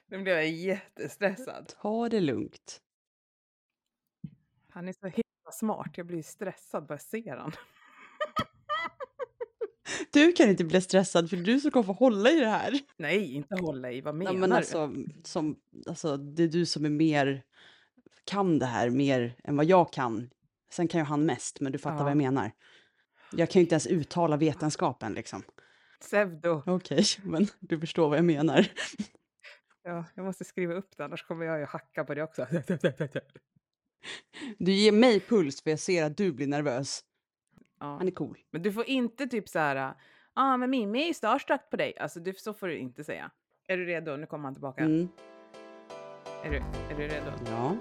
Nu blev jag jättestressad. Ta det lugnt. Han är så himla smart. Jag blir stressad bara jag ser han. Du kan inte bli stressad för du som kommer få hålla i det här. Nej, inte hålla i. Vad Nej, menar men du? alltså, det är du som är mer, kan det här mer än vad jag kan. Sen kan ju han mest, men du fattar vad jag Ja. menar. Jag kan ju inte ens uttala vetenskapen liksom. Pseudo. Okej, men du förstår vad jag menar. Ja, jag måste skriva upp det, annars kommer jag ju hacka på det också. Du ger mig puls för jag ser att du blir nervös. Ja. Han är cool. Men du får inte typ så här, men Mimmi är ju starstruck på dig. Alltså så får du inte säga. Är du redo? Nu kommer han tillbaka. Mm. Är du redo? Ja.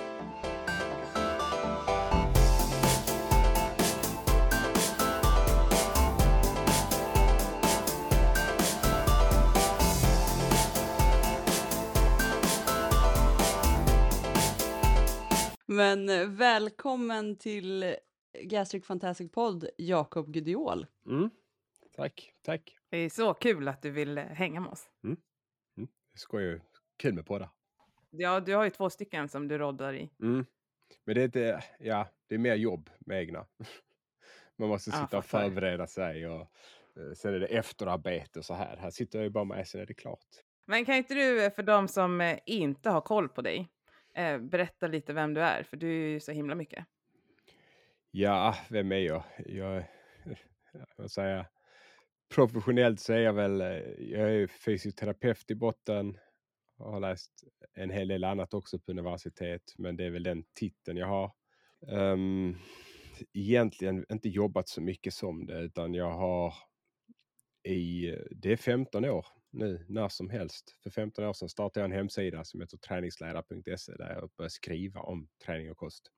Men välkommen till Gastric Fantastic Podd, Jakob Gudiol. Tack. Det är så kul att du vill hänga med oss. Det ska ju kul med poddar. Ja, du har ju 2 stycken som du roddar i. Men det är inte, det är mer jobb med egna. Man måste sitta och förbereda sig och sen är det efterarbete och så här. Här sitter jag ju bara med, sen är det klart. Men kan inte du, för de som inte har koll på dig, berätta lite vem du är? För du är ju så himla mycket. Ja, vem är jag? Vad säger jag? Professionellt så är jag väl, jag är fysioterapeut i botten. Jag har läst en hel del annat också på universitet, men det är väl den titeln jag har. Egentligen inte jobbat så mycket som det, utan jag har det är 15 år nu, när som helst. För 15 år sedan startade jag en hemsida som heter träningsledare.se där jag började skriva om träning och kost.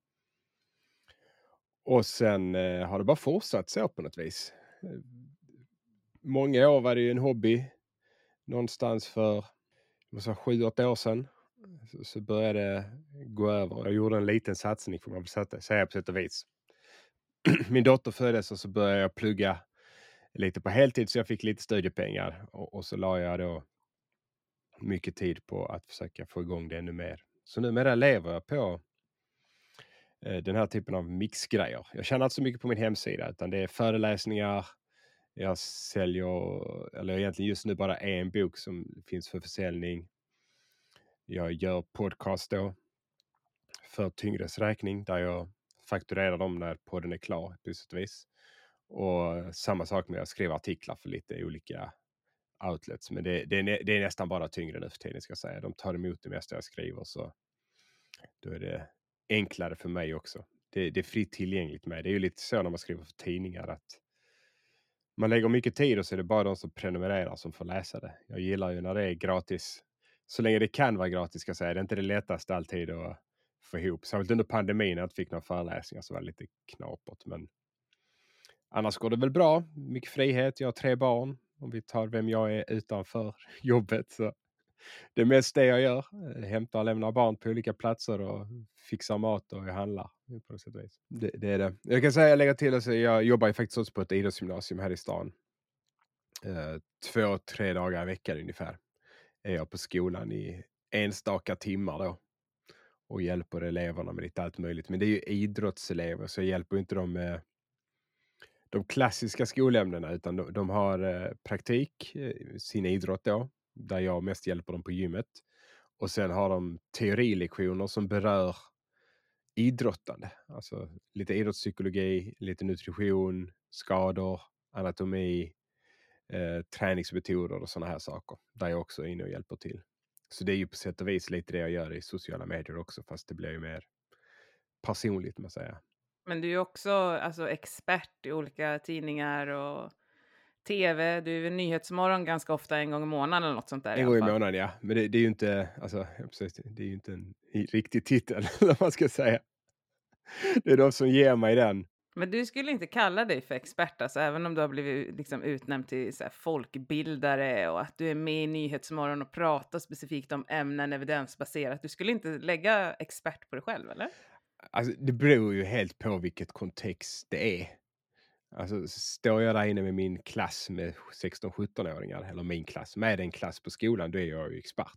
Och sen har det bara fortsatt så på något vis. Många år var det ju en hobby. Någonstans för 7-8 år sedan så började det gå över. Jag gjorde en liten satsning, får man väl säga på sätt och vis. Min dotter föddes och så började jag plugga lite på heltid så jag fick lite studiepengar. Och så la jag då mycket tid på att försöka få igång det ännu mer. Så numera lever jag på den här typen av mixgrejer. Jag tjänar inte så mycket på min hemsida, utan det är föreläsningar. Jag säljer, eller egentligen just nu bara en bok som finns för försäljning. Jag gör podcast då för Tyngres räkning där jag fakturerar dem när podden är klar på sätt och vis. Och samma sak med att skriva artiklar för lite olika outlets. Men det är nästan bara Tyngre nu för tiden, ska jag säga. De tar emot det mesta jag skriver, så då är det enklare för mig också. Det är fritt tillgängligt med. Det är ju lite så när man skriver för tidningar att man lägger mycket tid och så är det bara de som prenumererar som får läsa det. Jag gillar ju när det är gratis. Så länge det kan vara gratis, ska jag säga. Det är inte det lättaste alltid att få ihop. Särskilt under pandemin när jag inte fick några föreläsningar så var det lite knapert. Men annars går det väl bra. Mycket frihet. Jag har 3 barn. Om vi tar vem jag är utanför jobbet, så det är mest det jag gör. Hämtar och lämnar barn på olika platser och fixar mat och jag handlar på något sätt och vis. Det är det. Jag kan säga, jag lägger till, så jag jobbar ju faktiskt också på ett idrottsgymnasium här i stan. 2-3 dagar i veckan ungefär är jag på skolan i enstaka timmar då. Och hjälper eleverna med lite allt möjligt. Men det är ju idrottselever, så jag hjälper inte dem med de klassiska skolämnena, utan de har praktik, sin idrott då, där jag mest hjälper dem på gymmet. Och sen har de teorilektioner som berör idrottande. Alltså lite idrottspsykologi, lite nutrition, skador, anatomi, träningsmetoder och sådana här saker. Där jag också är inne och hjälper till. Så det är ju på sätt och vis lite det jag gör i sociala medier också, fast det blir ju mer personligt, man säger. Men du är ju också alltså, expert i olika tidningar och tv. Du är väl Nyhetsmorgon ganska ofta, en gång i månaden eller något sånt där. En gång i månaden, ja. Men det är ju inte, alltså, precis, det är ju inte en riktig titel, eller vad man ska säga. Det är de som ger mig den. Men du skulle inte kalla dig för expert, alltså, även om du har blivit liksom utnämnd till så här, folkbildare och att du är med i Nyhetsmorgon och pratar specifikt om ämnen evidensbaserat. Du skulle inte lägga expert på dig själv, eller? Alltså, det beror ju helt på vilket kontext det är. Alltså, står jag där inne med min klass med 16-17-åringar, eller min klass, med en klass på skolan, då är jag ju expert.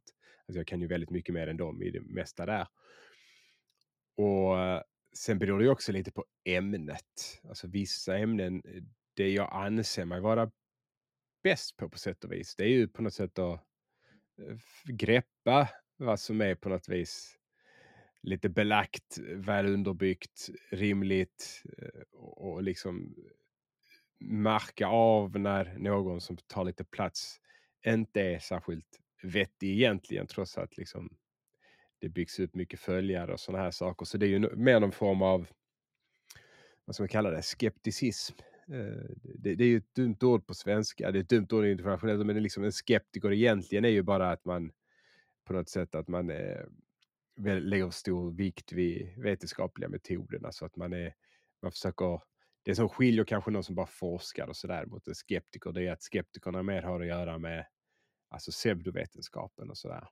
Alltså jag kan ju väldigt mycket mer än dem i det mesta där. Och sen beror det ju också lite på ämnet. Alltså vissa ämnen, det jag anser mig vara bäst på sätt och vis, det är ju på något sätt att greppa vad som är på något vis lite belagt, väl underbyggt, rimligt och liksom märka av när någon som tar lite plats inte är särskilt vettig egentligen, trots att liksom det byggs upp mycket följare och sådana här saker. Så det är ju mer någon form av, vad ska man kalla det, skepticism. Det är ju ett dumt ord på svenska, det är ett dumt ord internationellt, men det är liksom en skeptiker egentligen är ju bara att man på något sätt att man lägger stor vikt vid vetenskapliga metoderna, så att man försöker, det som skiljer kanske någon som bara forskar och sådär mot en skeptiker, det är att skeptikerna mer har att göra med alltså pseudovetenskapen och sådär.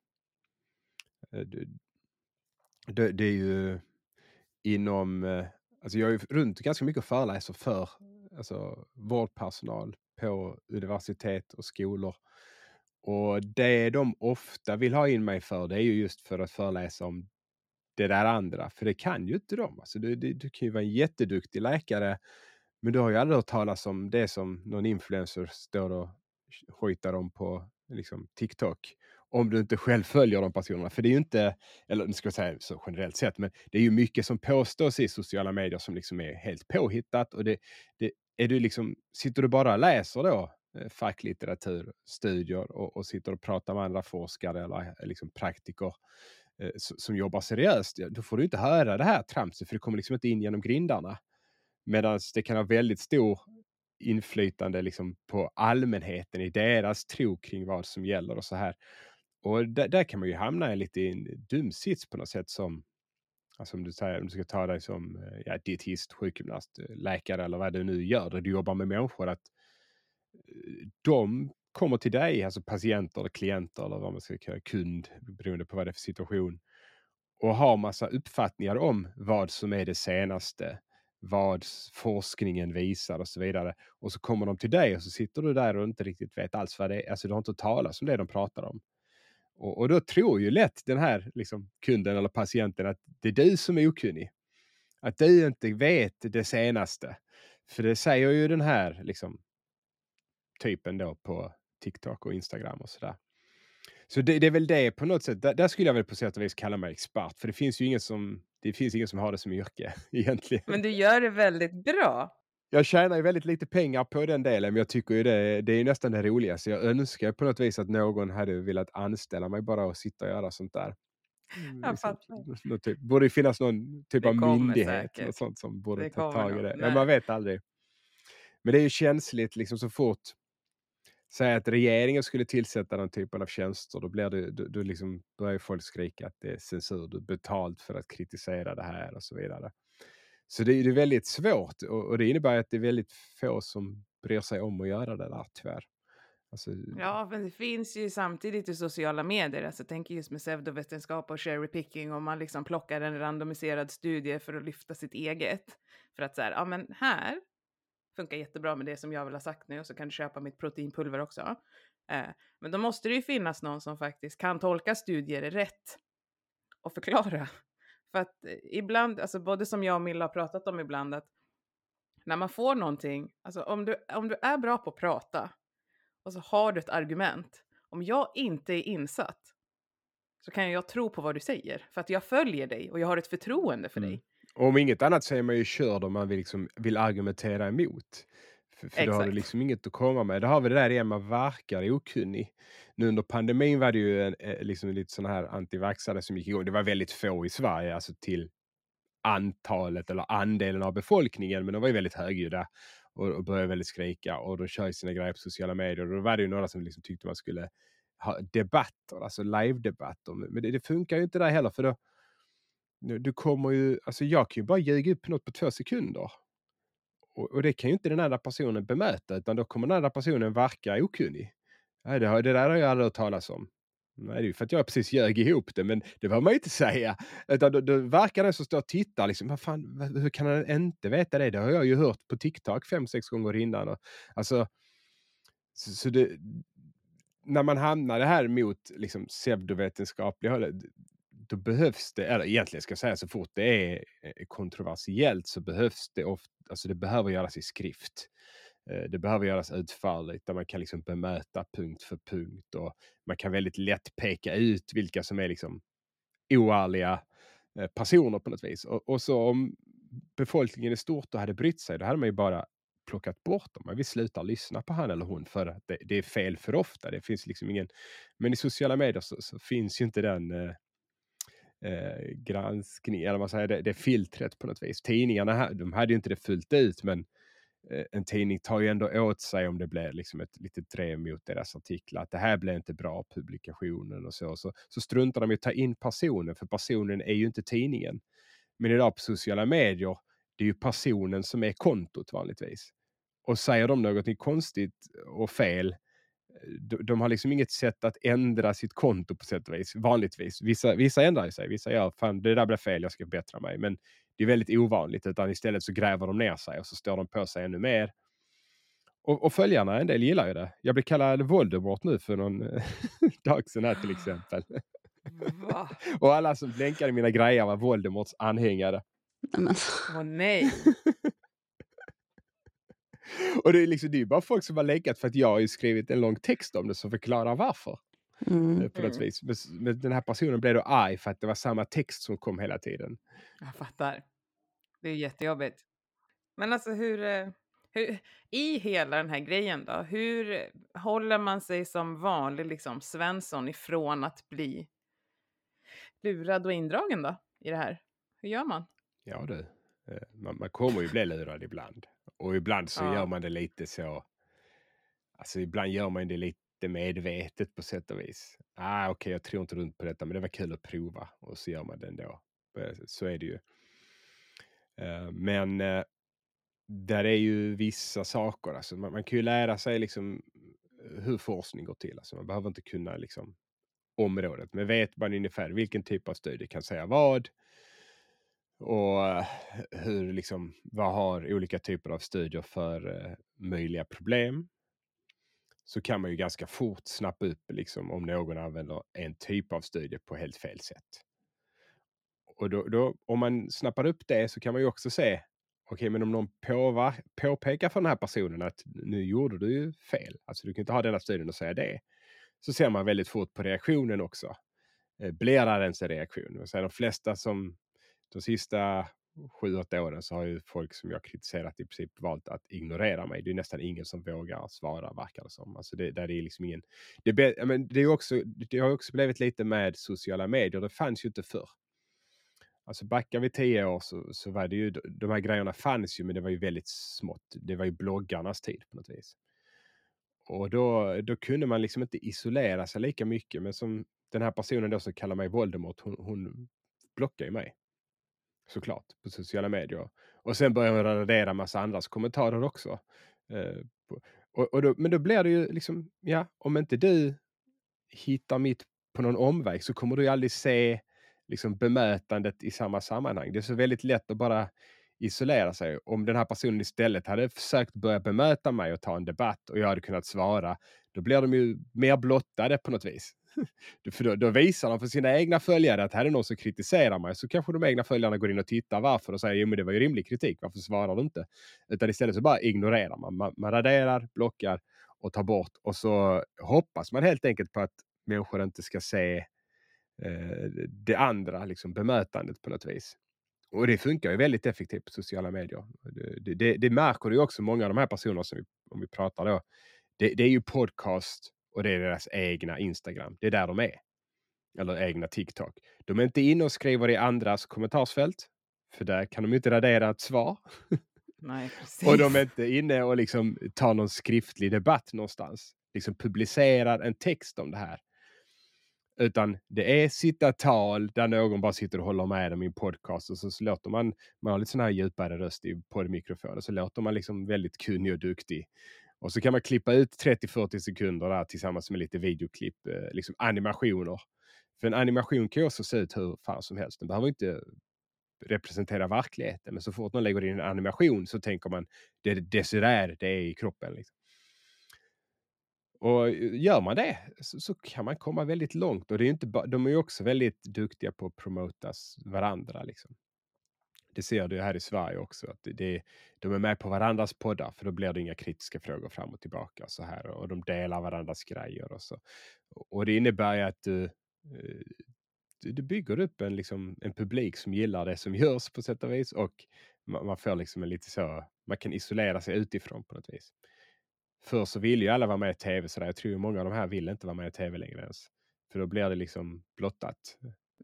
Det är ju inom, alltså jag är runt ganska mycket och föreläser för alltså vårdpersonal på universitet och skolor. Och det de ofta vill ha in mig för, det är ju just för att föreläsa om det där andra. För det kan ju inte de. Alltså du kan ju vara en jätteduktig läkare, men du har ju aldrig hört talas om det som någon influencer står och skjuter om på liksom TikTok. Om du inte själv följer de personerna. För det är ju inte, eller nu ska jag säga så generellt sett, men det är ju mycket som påstås i sociala medier som liksom är helt påhittat. Och är du liksom, sitter du bara och läser då facklitteratur, studier och sitter och pratar med andra forskare eller liksom praktiker som jobbar seriöst, då får du inte höra det här tramset, för det kommer liksom inte in genom grindarna. Medan det kan ha väldigt stor inflytande liksom på allmänheten i deras tro kring vad som gäller och så här. Och där kan man ju hamna lite i en dum sits på något sätt, som alltså om du säger, om du ska ta dig som dietist, sjukgymnast, läkare eller vad du nu gör, där du jobbar med människor, att de kommer till dig, alltså patienter eller klienter eller vad man ska kalla kund, beroende på vad det är för situation, och har massa uppfattningar om vad som är det senaste, vad forskningen visar och så vidare. Och så kommer de till dig och så sitter du där och inte riktigt vet alls vad det är. Alltså du har inte talat om det de pratar om. Och då tror ju lätt den här liksom, kunden eller patienten att det är du som är okunnig. Att du inte vet det senaste. För det säger ju den här liksom, typen då på TikTok och Instagram och sådär. Så det är väl det på något sätt. Där skulle jag väl på sätt och vis kalla mig expert. För det finns ingen som har det som yrke egentligen. Men du gör det väldigt bra. Jag tjänar ju väldigt lite pengar på den delen, men jag tycker ju det är nästan det roligaste. Jag önskar på något vis att någon hade velat anställa mig bara och sitta och göra sånt där. Jag fattar. Typ, borde det finnas någon typ Det av kommer myndighet säkert. och sånt som borde Det ta kommer tag i nog. det. Nej. Men man vet aldrig. Men det är ju känsligt liksom, så fort säga att regeringen skulle tillsätta den typen av tjänster, då blir det, då liksom börjar folk skrika att det är censur, du är betalt för att kritisera det här och så vidare. Så det är väldigt svårt, och det innebär att det är väldigt få som bryr sig om att göra det där, tyvärr. Alltså, Ja, men det finns ju samtidigt i sociala medier. Alltså, tänk just med pseudovetenskap och cherry picking, om man liksom plockar en randomiserad studie för att lyfta sitt eget. För att så här, ja men här funkar jättebra med det som jag vill ha sagt nu, och så kan du köpa mitt proteinpulver också. Men då måste det ju finnas någon som faktiskt kan tolka studier rätt och förklara. För att ibland, alltså både som jag och Milla har pratat om ibland, att när man får någonting, alltså om du är bra på att prata och så har du ett argument, om jag inte är insatt så kan jag tro på vad du säger, för att jag följer dig och jag har ett förtroende för dig. Och om inget annat så är man ju körd om man vill argumentera emot. För då har du liksom inget att komma med. Då har vi det där igen, man verkar okunnig. Nu under pandemin var det ju liksom lite sådana här antivaxare som gick igång. Det var väldigt få i Sverige, alltså till antalet eller andelen av befolkningen, men de var ju väldigt högljudda och började väldigt skrika, och de kör sina grejer på sociala medier, och då var det ju några som liksom tyckte man skulle ha debatter, alltså live-debatter, men det funkar ju inte där heller, för då du kommer ju, alltså jag kan ju bara ljuga upp något på 2 sekunder, och det kan ju inte den andra personen bemöta, utan då kommer den andra personen verka okunnig. Nej, det där har jag aldrig hört talas om. Nej, det är ju för att jag precis ljög ihop det, men det var man ju inte säga. Utan då verkar den som står och tittar liksom, vad fan, hur kan han inte veta det? Det har jag ju hört på TikTok 5-6 gånger innan. Och, alltså, så det, när man hamnar det här mot liksom pseudovetenskapliga hållet, då behövs det, eller egentligen ska jag säga så fort det är kontroversiellt så behövs det ofta, alltså det behöver göras i skrift. Det behöver göras utförligt där man kan liksom bemöta punkt för punkt och man kan väldigt lätt peka ut vilka som är liksom oärliga personer på något vis. Och så om befolkningen i stort då hade brytt sig, då hade man ju bara plockat bort dem. Vi slutar lyssna på han eller hon för att det är fel för ofta. Det finns liksom ingen... Men i sociala medier så finns ju inte den granskning, eller man säger det filtret på något vis. Tidningarna, de hade ju inte det fullt ut, men en tidning tar ju ändå åt sig om det blir liksom ett litet drev mot deras artiklar. Att det här blir inte bra publikationen och så struntar de i att ta in personen, för personen är ju inte tidningen. Men idag på sociala medier, det är ju personen som är kontot vanligtvis. Och säger de något konstigt och fel, de har liksom inget sätt att ändra sitt konto på sätt och vis, vanligtvis. Vissa ändrar sig, vissa gör, fan det där blev fel, jag ska bättra mig. Men det är väldigt ovanligt, utan istället så gräver de ner sig och så står de på sig ännu mer. Och följarna, en del gillar ju det. Jag blir kallad Voldemort nu för någon dag sedan här till exempel. Va? Och alla som länkade mina grejer var Voldemorts anhängare. Men, Åh nej. Och det är liksom, det är bara folk som har länkat för att jag har ju skrivit en lång text om det som förklarar varför. På något vis. Men den här personen blev då arg för att det var samma text som kom hela tiden. Jag fattar. Det är jättejobbigt. Men alltså hur i hela den här grejen då, hur håller man sig som vanlig liksom Svensson ifrån att bli lurad och indragen då i det här? Hur gör man? Ja du, man kommer ju bli lurad ibland. Och ibland så Ja. gör man det lite så, alltså ibland gör man det lite medvetet på sätt och vis. Okej, jag tror inte runt på detta, men det var kul att prova. Och så gör man det ändå. Så är det ju. Men där är ju vissa saker, alltså man kan ju lära sig liksom hur forskning går till. Alltså man behöver inte kunna liksom området, men vet man ungefär vilken typ av studie kan säga vad. Och hur liksom, vad har olika typer av studier för möjliga problem. Så kan man ju ganska fort snappa upp liksom, om någon använder en typ av studie på helt fel sätt. Och då om man snappar upp det så kan man ju också se, okej, men om någon påpekar för den här personen att nu gjorde du ju fel. Alltså du kan inte ha denna studien och säga det. Så ser man väldigt fort på reaktionen också. Blir det ens en reaktion? Så de flesta som de sista 7-8 åren så har ju folk som jag kritiserat i princip valt att ignorera mig. Det är nästan ingen som vågar svara, verkar det som. Alltså det är liksom ingen... Det har också blivit lite med sociala medier. Det fanns ju inte förr. Alltså backar vi 10 år så var det ju... De här grejerna fanns ju, men det var ju väldigt smått. Det var ju bloggarnas tid på något vis. Och då kunde man liksom inte isolera sig lika mycket. Men som den här personen då som kallar mig Voldemort, hon blockar ju mig. Såklart, på sociala medier. Och sen börjar man radera massa andras kommentarer också. Men då blir det ju liksom, ja, om inte du hittar mitt på någon omväg så kommer du ju aldrig se liksom bemötandet i samma sammanhang. Det är så väldigt lätt att bara isolera sig. Om den här personen istället hade försökt börja bemöta mig och ta en debatt och jag hade kunnat svara, då blir de ju mer blottade på något vis. För då visar de för sina egna följare att här är någon som kritiserar mig, så kanske de egna följarna går in och tittar varför och säger, jo men det var ju rimlig kritik, varför svarar du inte? Utan istället så bara ignorerar man raderar, blockar och tar bort, och så hoppas man helt enkelt på att människor inte ska se det andra liksom bemötandet på något vis. Och det funkar ju väldigt effektivt på sociala medier. Det märker du också, många av de här personerna som om vi pratar då, det är ju podcast och det är deras egna Instagram. Det är där de är. Eller egna TikTok. De är inte inne och skriver i andras kommentarsfält. För där kan de inte radera ett svar. Nej, precis. Och de är inte inne och liksom tar någon skriftlig debatt någonstans. Liksom publicerar en text om det här. Utan det är sitta tal där någon bara sitter och håller med dem i en podcast. Och så låter man har lite sån här djupare röst i poddmikrofonen. Så låter man liksom väldigt kunnig och duktig. Och så kan man klippa ut 30-40 sekunder där tillsammans med lite videoklipp, liksom animationer. För en animation kan ju också se ut hur fan som helst. Den behöver inte representera verkligheten. Men så fort man lägger in en animation så tänker man det är sådär det är i kroppen. Liksom. Och gör man det så kan man komma väldigt långt. Och det är inte de är ju också väldigt duktiga på att promotas varandra liksom. Det ser du här i Sverige också, att de är med på varandras poddar, för då blir det inga kritiska frågor fram och tillbaka så här, och de delar varandras grejer och så. Och det innebär ju att du bygger upp en publik som gillar det som görs på sätt och vis, och man får liksom en lite så, man kan isolera sig utifrån på något vis. Förr så vill ju alla vara med i tv så där. Jag tror ju många av de här vill inte vara med i tv längre ens. För då blir det liksom blottat.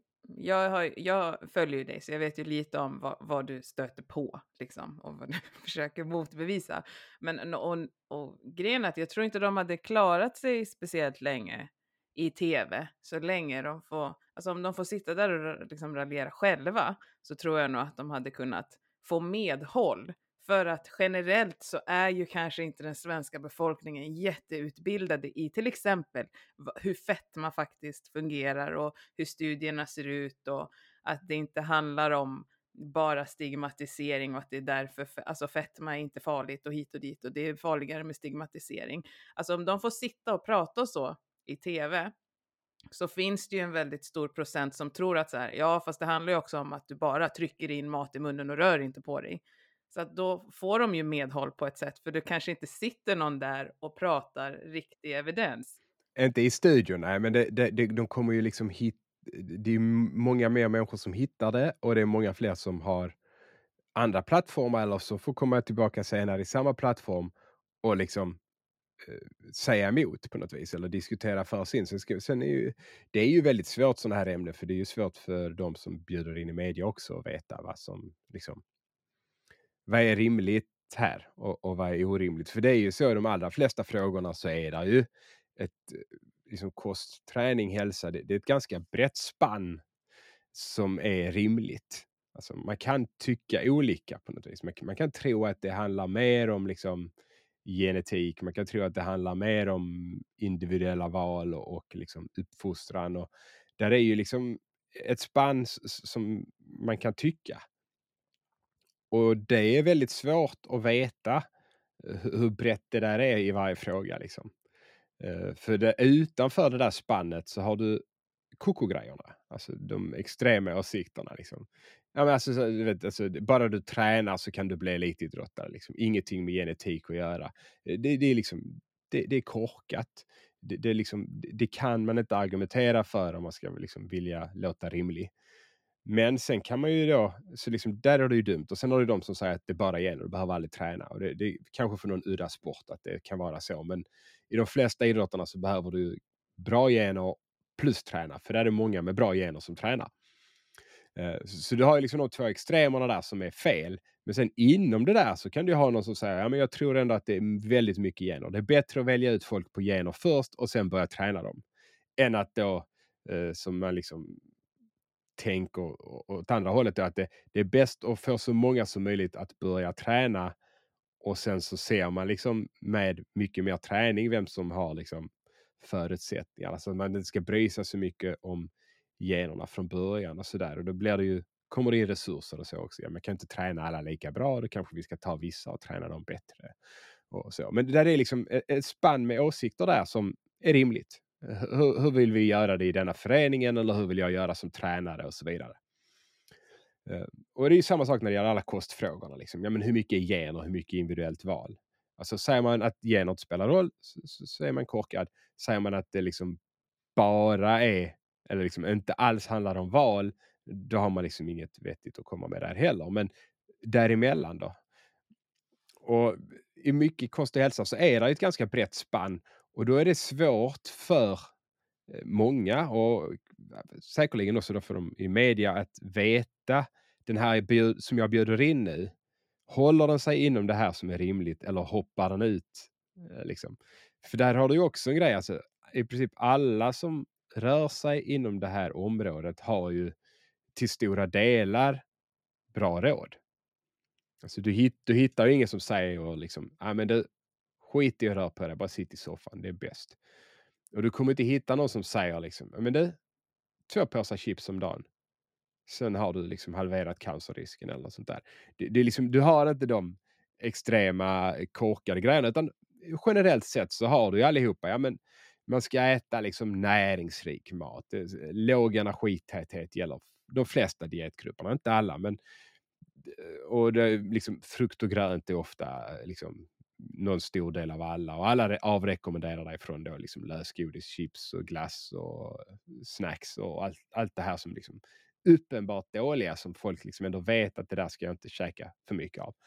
Jag följer ju dig, så jag vet ju lite om vad du stöter på liksom, och vad du försöker motbevisa. Men och grejen är att jag tror inte de hade klarat sig speciellt länge i tv, så länge de får, alltså om de får sitta där och liksom raljera själva, så tror jag nog att de hade kunnat få medhåll. För att generellt så är ju kanske inte den svenska befolkningen jätteutbildade i till exempel hur fetma faktiskt fungerar och hur studierna ser ut, och att det inte handlar om bara stigmatisering och att det är därför, alltså fetma är inte farligt och hit och dit, och det är farligare med stigmatisering. Alltså om de får sitta och prata och så i tv, så finns det ju en väldigt stor procent som tror att så här, ja fast det handlar ju också om att du bara trycker in mat i munnen och rör inte på dig. Så att då får de ju medhåll på ett sätt, för det kanske inte sitter någon där och pratar riktig evidens. Inte i studion, nej, men de kommer ju liksom hit. Det är många mer människor som hittar det, och det är många fler som har andra plattformar eller så får komma tillbaka senare i samma plattform och liksom säga emot på något vis eller diskutera för sin. Sen det är ju väldigt svårt sådana här ämnen, för det är ju svårt för de som bjuder in i media också att veta vad som liksom, vad är rimligt här och vad är orimligt. För det är ju så i de allra flesta frågorna, så är det ju ett liksom kost, träning, hälsa. Det är ett ganska brett spann som är rimligt. Alltså man kan tycka olika på något vis. Man kan tro att det handlar mer om liksom genetik. Man kan tro att det handlar mer om individuella val och liksom uppfostran. Och där är ju liksom ett spann som man kan tycka. Och det är väldigt svårt att veta hur brett det där är i varje fråga liksom. För utanför det där spannet så har du kokogrejerna, alltså de extrema åsikterna liksom. Ja, men alltså, du vet, alltså, bara du tränar så kan du bli elitidrottare liksom. Ingenting med genetik att göra. Det är liksom, det är korkat. Det är liksom, det kan man inte argumentera för om man ska liksom vilja låta rimlig. Men sen kan man ju då, så liksom, där är det ju dumt. Och sen har du de som säger att det bara är gener, du behöver aldrig träna. Och det kanske för någon udda sport att det kan vara så. Men i de flesta idrotterna så behöver du bra gener plus träna. För där är det många med bra gener som tränar. Så du har ju liksom de två extremerna där som är fel. Men sen inom det där så kan du ha någon som säger, ja men jag tror ändå att det är väldigt mycket gener. Det är bättre att välja ut folk på gener först och sen börja träna dem. Än att då, som man liksom tänk och åt andra hållet är att det är bäst att få så många som möjligt att börja träna, och sen så ser man liksom med mycket mer träning vem som har liksom förutsättningar. Alltså man inte ska bry sig så mycket om generna från början och sådär. Och då blir det ju, kommer det in resurser och så också. Ja, man kan inte träna alla lika bra, då kanske vi ska ta vissa och träna dem bättre. Och så. Men det där är liksom ett spann med åsikter där som är rimligt. Hur vill vi göra det i denna föreningen, eller hur vill jag göra som tränare och så vidare. Och det är ju samma sak när det gäller alla kostfrågorna. Liksom. Ja, men hur mycket är gener, hur mycket är individuellt val? Alltså säger man att gener inte spelar roll, så är man korkad. Säger man att det liksom bara är, eller liksom inte alls handlar om val, då har man liksom inget vettigt att komma med där heller. Men däremellan då? Och i mycket kost och hälsa så är det ett ganska brett spann, och då är det svårt för många, och säkerligen också då för dem i media, att veta den här som jag bjuder in nu, håller den sig inom det här som är rimligt eller hoppar den ut liksom. För där har du ju också en grej, alltså i princip alla som rör sig inom det här området har ju till stora delar bra råd. Alltså du hittar ju ingen som säger liksom, men du, skit i att röra på dig, bara sitt i soffan, det är bäst. Och du kommer inte hitta någon som säger liksom, men du, 2 påsar chips om dagen, sen har du liksom halverat cancerrisken eller något sånt där. Det är liksom, du har inte de extrema korkade grejerna, utan generellt sett så har du ju allihopa, ja men man ska äta liksom näringsrik mat. Låg energitäthet gäller de flesta dietgrupperna, inte alla, men och det är liksom frukt och grönt är ofta liksom någon stor del av alla, och alla avrekommenderar därifrån då liksom lösgodis, chips och glass och snacks och allt det här som liksom uppenbart dåliga, som folk liksom ändå vet att det där ska jag inte käka för mycket av.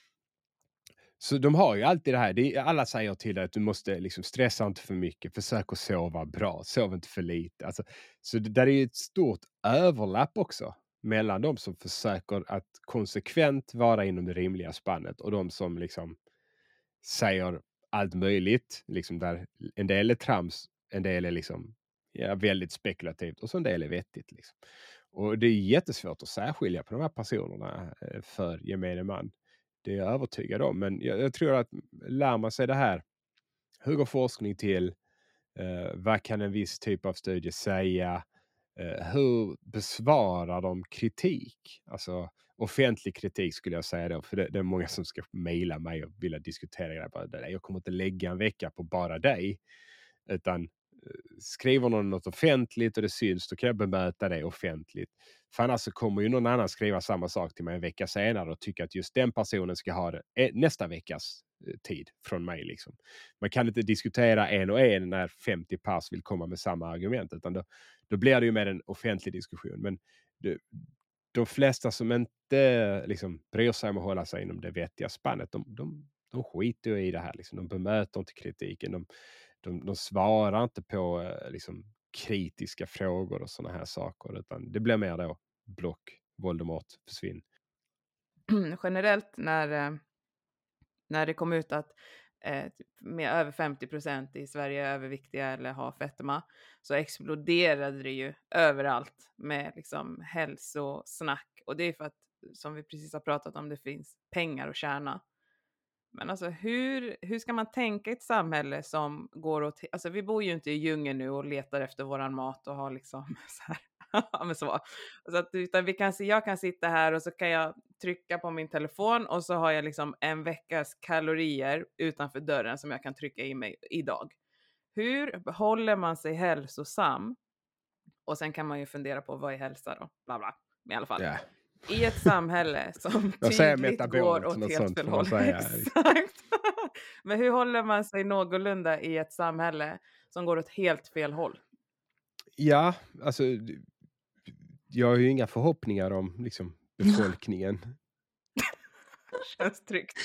Så de har ju alltid det här, alla säger till dig att du måste liksom stressa inte för mycket, försök att sova bra, sov inte för lite. Alltså, så det där är ju ett stort överlapp också mellan de som försöker att konsekvent vara inom det rimliga spannet och de som liksom säger allt möjligt, liksom där en del är trams, en del är liksom väldigt spekulativt och så en del är vettigt. Liksom. Och det är jättesvårt att särskilja på de här personerna för gemene man. Det är jag övertygad om, men jag tror att lär man sig det här, hur går forskning till, vad kan en viss typ av studie säga, hur besvarar de kritik, alltså offentlig kritik skulle jag säga då, för det är många som ska mejla mig och vilja diskutera det. Jag kommer inte lägga en vecka på bara dig, utan skriver någon något offentligt och det syns, då kan jag bemöta det offentligt. För annars så kommer ju någon annan skriva samma sak till mig en vecka senare och tycka att just den personen ska ha det nästa veckas tid från mig. Liksom. Man kan inte diskutera en och en när 50 pers vill komma med samma argument, utan då blir det ju med en offentlig diskussion. Men de flesta som inte liksom bryr sig om att hålla sig inom det vettiga spannet, de skiter ju i det här. Liksom. De bemöter inte kritiken. De svarar inte på liksom, kritiska frågor och såna här saker, utan det blir mer då block, Voldemort, försvinn. Generellt när det kom ut att med över 50% i Sverige är överviktiga eller har fetma, så exploderade det ju överallt med liksom hälsosnack. Och det är för att, som vi precis har pratat om, det finns pengar att tjäna. Men alltså hur ska man tänka i ett samhälle som går åt... Alltså vi bor ju inte i djungeln nu och letar efter våran mat och har liksom så här... men så att, utan jag kan sitta här och så kan jag trycka på min telefon och så har jag liksom en veckas kalorier utanför dörren som jag kan trycka i mig idag. Hur håller man sig hälsosam? Och sen kan man ju fundera på vad är hälsa då? Bla bla. I alla fall. Yeah. I ett samhälle som tydligt går åt helt fel håll. Exakt. Men hur håller man sig någorlunda i ett samhälle som går åt helt fel håll? Ja, alltså jag har ju inga förhoppningar om liksom befolkningen. Känns tryggt.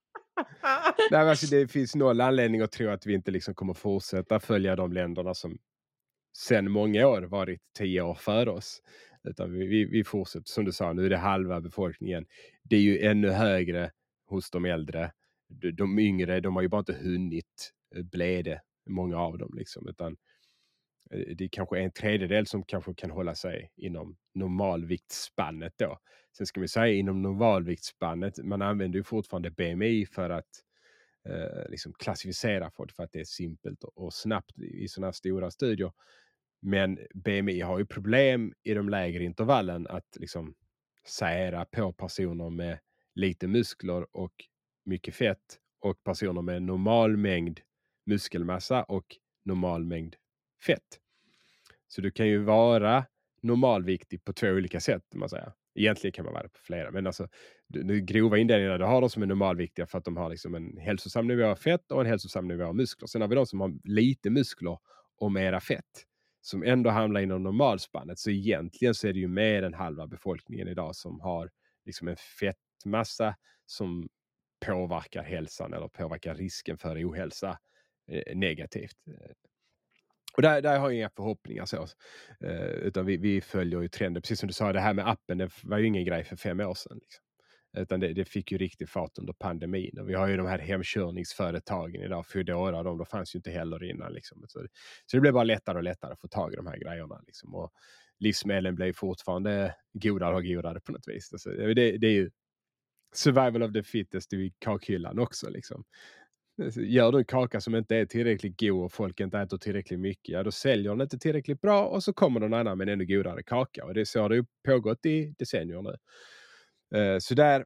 Nej, alltså, det finns noll anledning att tro att vi inte liksom kommer fortsätta följa de länderna som sedan många år varit 10 år före oss. Utan vi fortsätter, som du sa, nu är det halva befolkningen. Det är ju ännu högre hos de äldre. De yngre, de har ju bara inte hunnit bli det, många av dem liksom, utan det är kanske en tredjedel som kanske kan hålla sig inom normalviktsspannet då. Sen ska vi säga inom normalviktsspannet, man använder ju fortfarande BMI för att liksom klassificera folk, för att det är simpelt och snabbt i sådana här stora studier. Men BMI har ju problem i de lägre intervallen att liksom sära på personer med lite muskler och mycket fett och personer med normal mängd muskelmassa och normal mängd fett. Så du kan ju vara normalviktig på 2 olika sätt, man säger. Egentligen kan man vara det på flera, men alltså du grova indelningar, du har de som är normalviktiga för att de har liksom en hälsosam nivå av fett och en hälsosam nivå av muskler. Sen har vi de som har lite muskler och mera fett, som ändå hamnar inom normalspannet. Så egentligen så är det ju mer än halva befolkningen idag som har liksom en fettmassa som påverkar hälsan eller påverkar risken för ohälsa negativt. Och där har jag inga förhoppningar så. Utan vi följer ju trenden. Precis som du sa, det här med appen, det var ju ingen grej för 5 år sedan. Liksom. Utan det fick ju riktig fart under pandemin. Och vi har ju de här hemkörningsföretagen idag. Foodora och de fanns ju inte heller innan. Liksom. Så det blev bara lättare och lättare att få tag i de här grejerna. Liksom. Och livsmedlen blev fortfarande godare och godare på något vis. Alltså, det är ju survival of the fittest i kakhyllan också. Liksom. Gör du en kaka som inte är tillräckligt god och folk inte äter tillräckligt mycket, ja, då säljer den inte tillräckligt bra och så kommer någon annan med en ännu godare kaka. Och det så har det ju pågått i decennier nu. Så där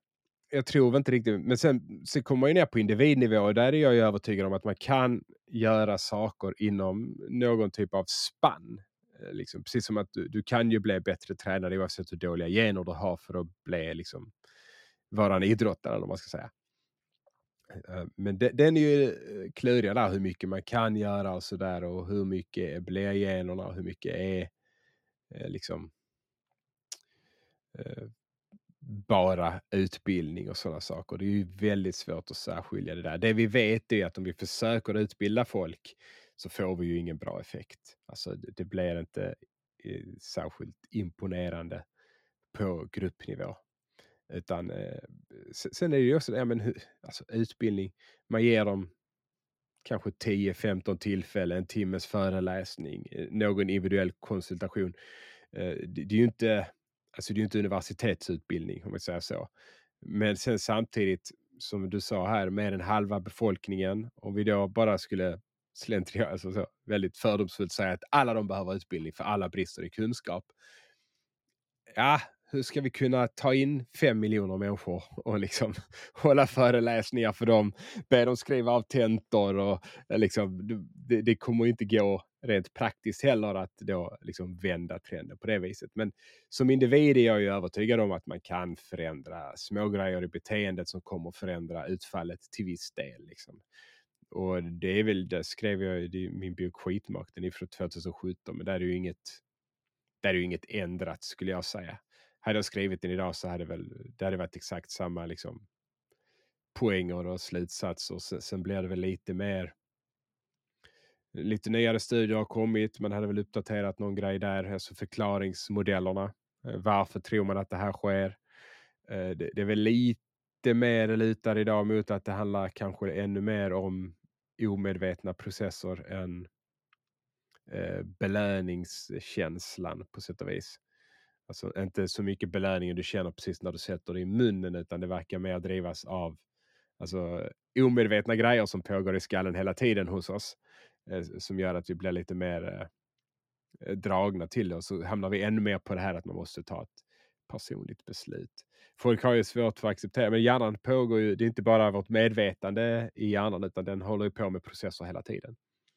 jag tror väl inte riktigt, men sen kommer man ju ner på individnivå och där är jag ju övertygad om att man kan göra saker inom någon typ av spann. Liksom, precis som att du kan ju bli bättre tränare oavsett hur dåliga gener du har för att bli liksom, vara en idrottare eller vad man ska säga. Men den är ju klurig där, hur mycket man kan göra och sådär, och hur mycket blir generna och hur mycket är liksom bara utbildning och sådana saker. Det är ju väldigt svårt att särskilja det där. Det vi vet är att om vi försöker utbilda folk så får vi ju ingen bra effekt. Alltså det blir inte särskilt imponerande på gruppnivå. Utan sen är det ju också alltså utbildning, man ger dem kanske 10-15 tillfällen, en timmes föreläsning, någon individuell konsultation. Det är ju inte, alltså det är ju inte universitetsutbildning om man säger så. Men sen samtidigt, som du sa här, mer än halva befolkningen, om vi då bara skulle alltså så, väldigt fördomsfullt säga att alla de behöver utbildning för alla brister i kunskap. Ja, hur ska vi kunna ta in 5 miljoner människor och liksom hålla föreläsningar för dem, be dem skriva av tentor och liksom, det kommer inte gå rent praktiskt heller att då liksom vända trenden på det viset. Men som individ är jag ju övertygad om att man kan förändra små grejer i beteendet som kommer förändra utfallet till viss del. Liksom. Och det är väl, det skrev jag i min bok Skitmakt, den är från 2017, men där är ju inget ändrat skulle jag säga. Hade jag skrivit den idag så hade det hade varit exakt samma liksom poänger och slutsatser. Sen blir det väl lite nyare studier har kommit. Man hade väl uppdaterat någon grej där, alltså förklaringsmodellerna. Varför tror man att det här sker? Det är väl lite mer lutar idag mot att det handlar kanske ännu mer om omedvetna processer än belöningskänslan på sätt och vis. Alltså inte så mycket belöningen du känner precis när du sätter det i munnen, utan det verkar mer drivas av alltså omedvetna grejer som pågår i skallen hela tiden hos oss, som gör att vi blir lite mer dragna till det, och så hamnar vi ännu mer på det här att man måste ta ett personligt beslut. Folk har ju svårt för att acceptera, men hjärnan pågår ju, det är inte bara vårt medvetande i hjärnan, utan den håller ju på med processer hela tiden.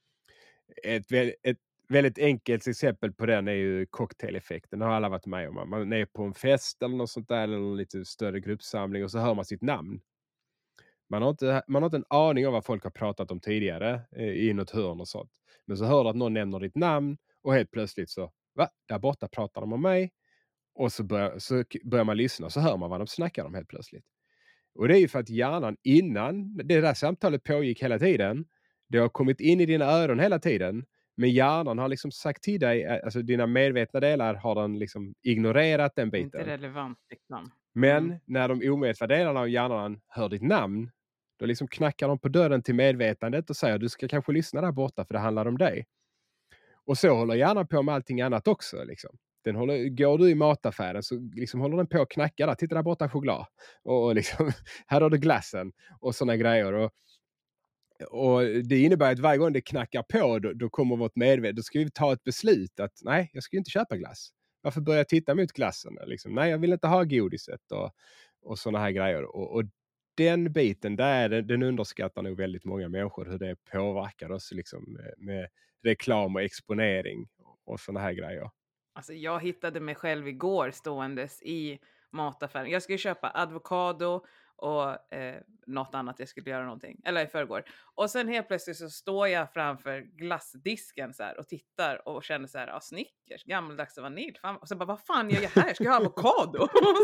Ett väldigt enkelt exempel på den är ju cocktaileffekten. Det har alla varit med om. Man är på en fest eller något sånt där, eller en lite större gruppsamling, och så hör man sitt namn. Man har inte en aning om vad folk har pratat om tidigare i något hörn och sånt. Men så hör du att någon nämner ditt namn och helt plötsligt så, där borta pratar de om mig. Och så börjar man lyssna, så hör man vad de snackar om helt plötsligt. Och det är ju för att hjärnan innan det där samtalet pågick hela tiden, det har kommit in i dina öron hela tiden, men hjärnan har liksom sagt till dig, alltså dina medvetna delar har den liksom ignorerat den biten. Inte relevant liksom. Men när de omedvetna delarna av hjärnan hör ditt namn, då liksom knackar de på dörren till medvetandet och säger du ska kanske lyssna där borta för det handlar om dig. Och så håller hjärnan på med allting annat också liksom. Går du i mataffären så liksom håller den på att knacka där. Titta där borta choklad. Och liksom, här har du glassen. Och sådana grejer. Och det innebär att varje gång det knackar på, då kommer vårt medvetande. Då ska vi ta ett beslut att nej, jag ska inte köpa glass. Varför börjar jag titta mot glassen? Liksom, nej, jag vill inte ha godiset. Och sådana här grejer. Och den biten där, den underskattar nog väldigt många människor. Hur det påverkar oss liksom, med reklam och exponering. Och sådana här grejer. Alltså jag hittade mig själv igår ståendes i mataffären. Jag skulle köpa avokado och något annat, jag skulle göra någonting. Eller i förrgår. Och sen helt plötsligt så står jag framför glassdisken så här och tittar och känner så här, Snickers, gammaldags vanilj. Fan. Och så bara, vad fan gör jag här? Ska jag ha avokado?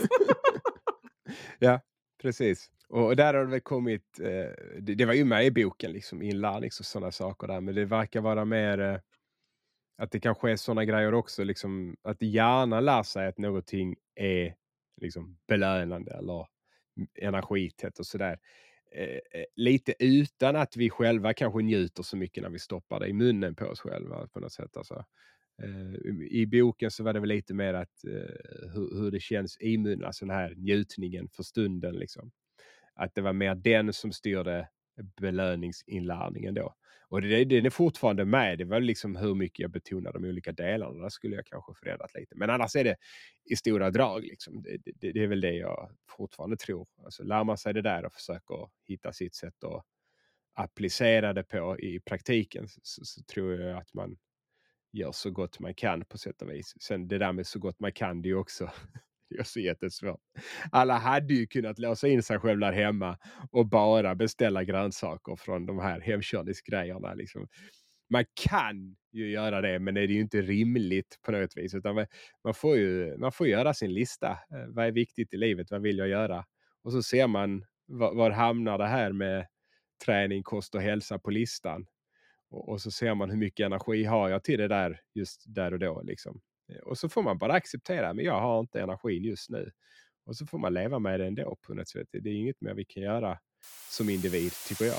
Ja, precis. Och där har det väl kommit, det var ju med i boken liksom, inlärning och sådana saker där. Men det verkar vara mer att det kanske är sådana grejer också, liksom, att hjärnan lär sig att någonting är liksom belönande eller energitätt och sådär. Lite utan att vi själva kanske njuter så mycket när vi stoppar det i munnen på oss själva på något sätt. Alltså. I boken så var det väl lite mer att hur det känns i munnen, alltså den här njutningen för stunden liksom. Att det var mer den som styrde belöningsinlärningen då. Och den är fortfarande med. Det var liksom hur mycket jag betonar de olika delarna. Där skulle jag kanske förändrat lite. Men annars är det i stora drag. Liksom. Det är väl det jag fortfarande tror. Alltså, lär man sig det där och försöker hitta sitt sätt att applicera det på i praktiken, så tror jag att man gör så gott man kan på sätt och vis. Sen det där med så gott man kan, det är också, det är också jättesvårt. Alla hade ju kunnat låsa in sig själv där hemma och bara beställa grönsaker från de här hemkörningsgrejerna. Liksom. Man kan ju göra det, men det är ju inte rimligt på något vis. Utan man får göra sin lista. Vad är viktigt i livet? Vad vill jag göra? Och så ser man var hamnar det här med träning, kost och hälsa på listan. Och så ser man hur mycket energi har jag till det där just där och då. Liksom. Och så får man bara acceptera, men jag har inte energin just nu. Och så får man leva med det ändå på något sätt. Det är inget mer vi kan göra som individ, tycker jag.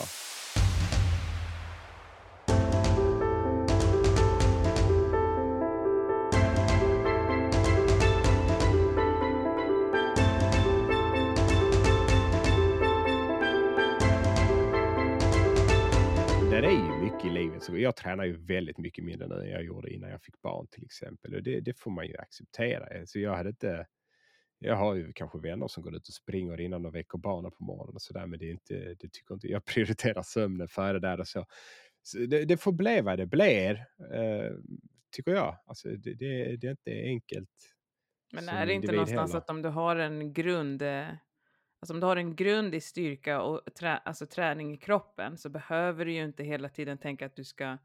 Det är ju mycket i livet. Så jag tränar ju väldigt mycket mindre nu än jag gjorde innan jag fick barn till exempel. Och det får man ju acceptera. Så jag har ju kanske vänner som går ut och springer innan de väcker barnen på morgonen och sådär. Men det tycker inte jag prioriterar sömnen före där och så. Så det får bli vad det blir, tycker jag. Alltså det är inte enkelt. Men är det inte någonstans heller. att om du har en grund, alltså om du har en grund i styrka och alltså träning i kroppen, så behöver du ju inte hela tiden tänka att du ska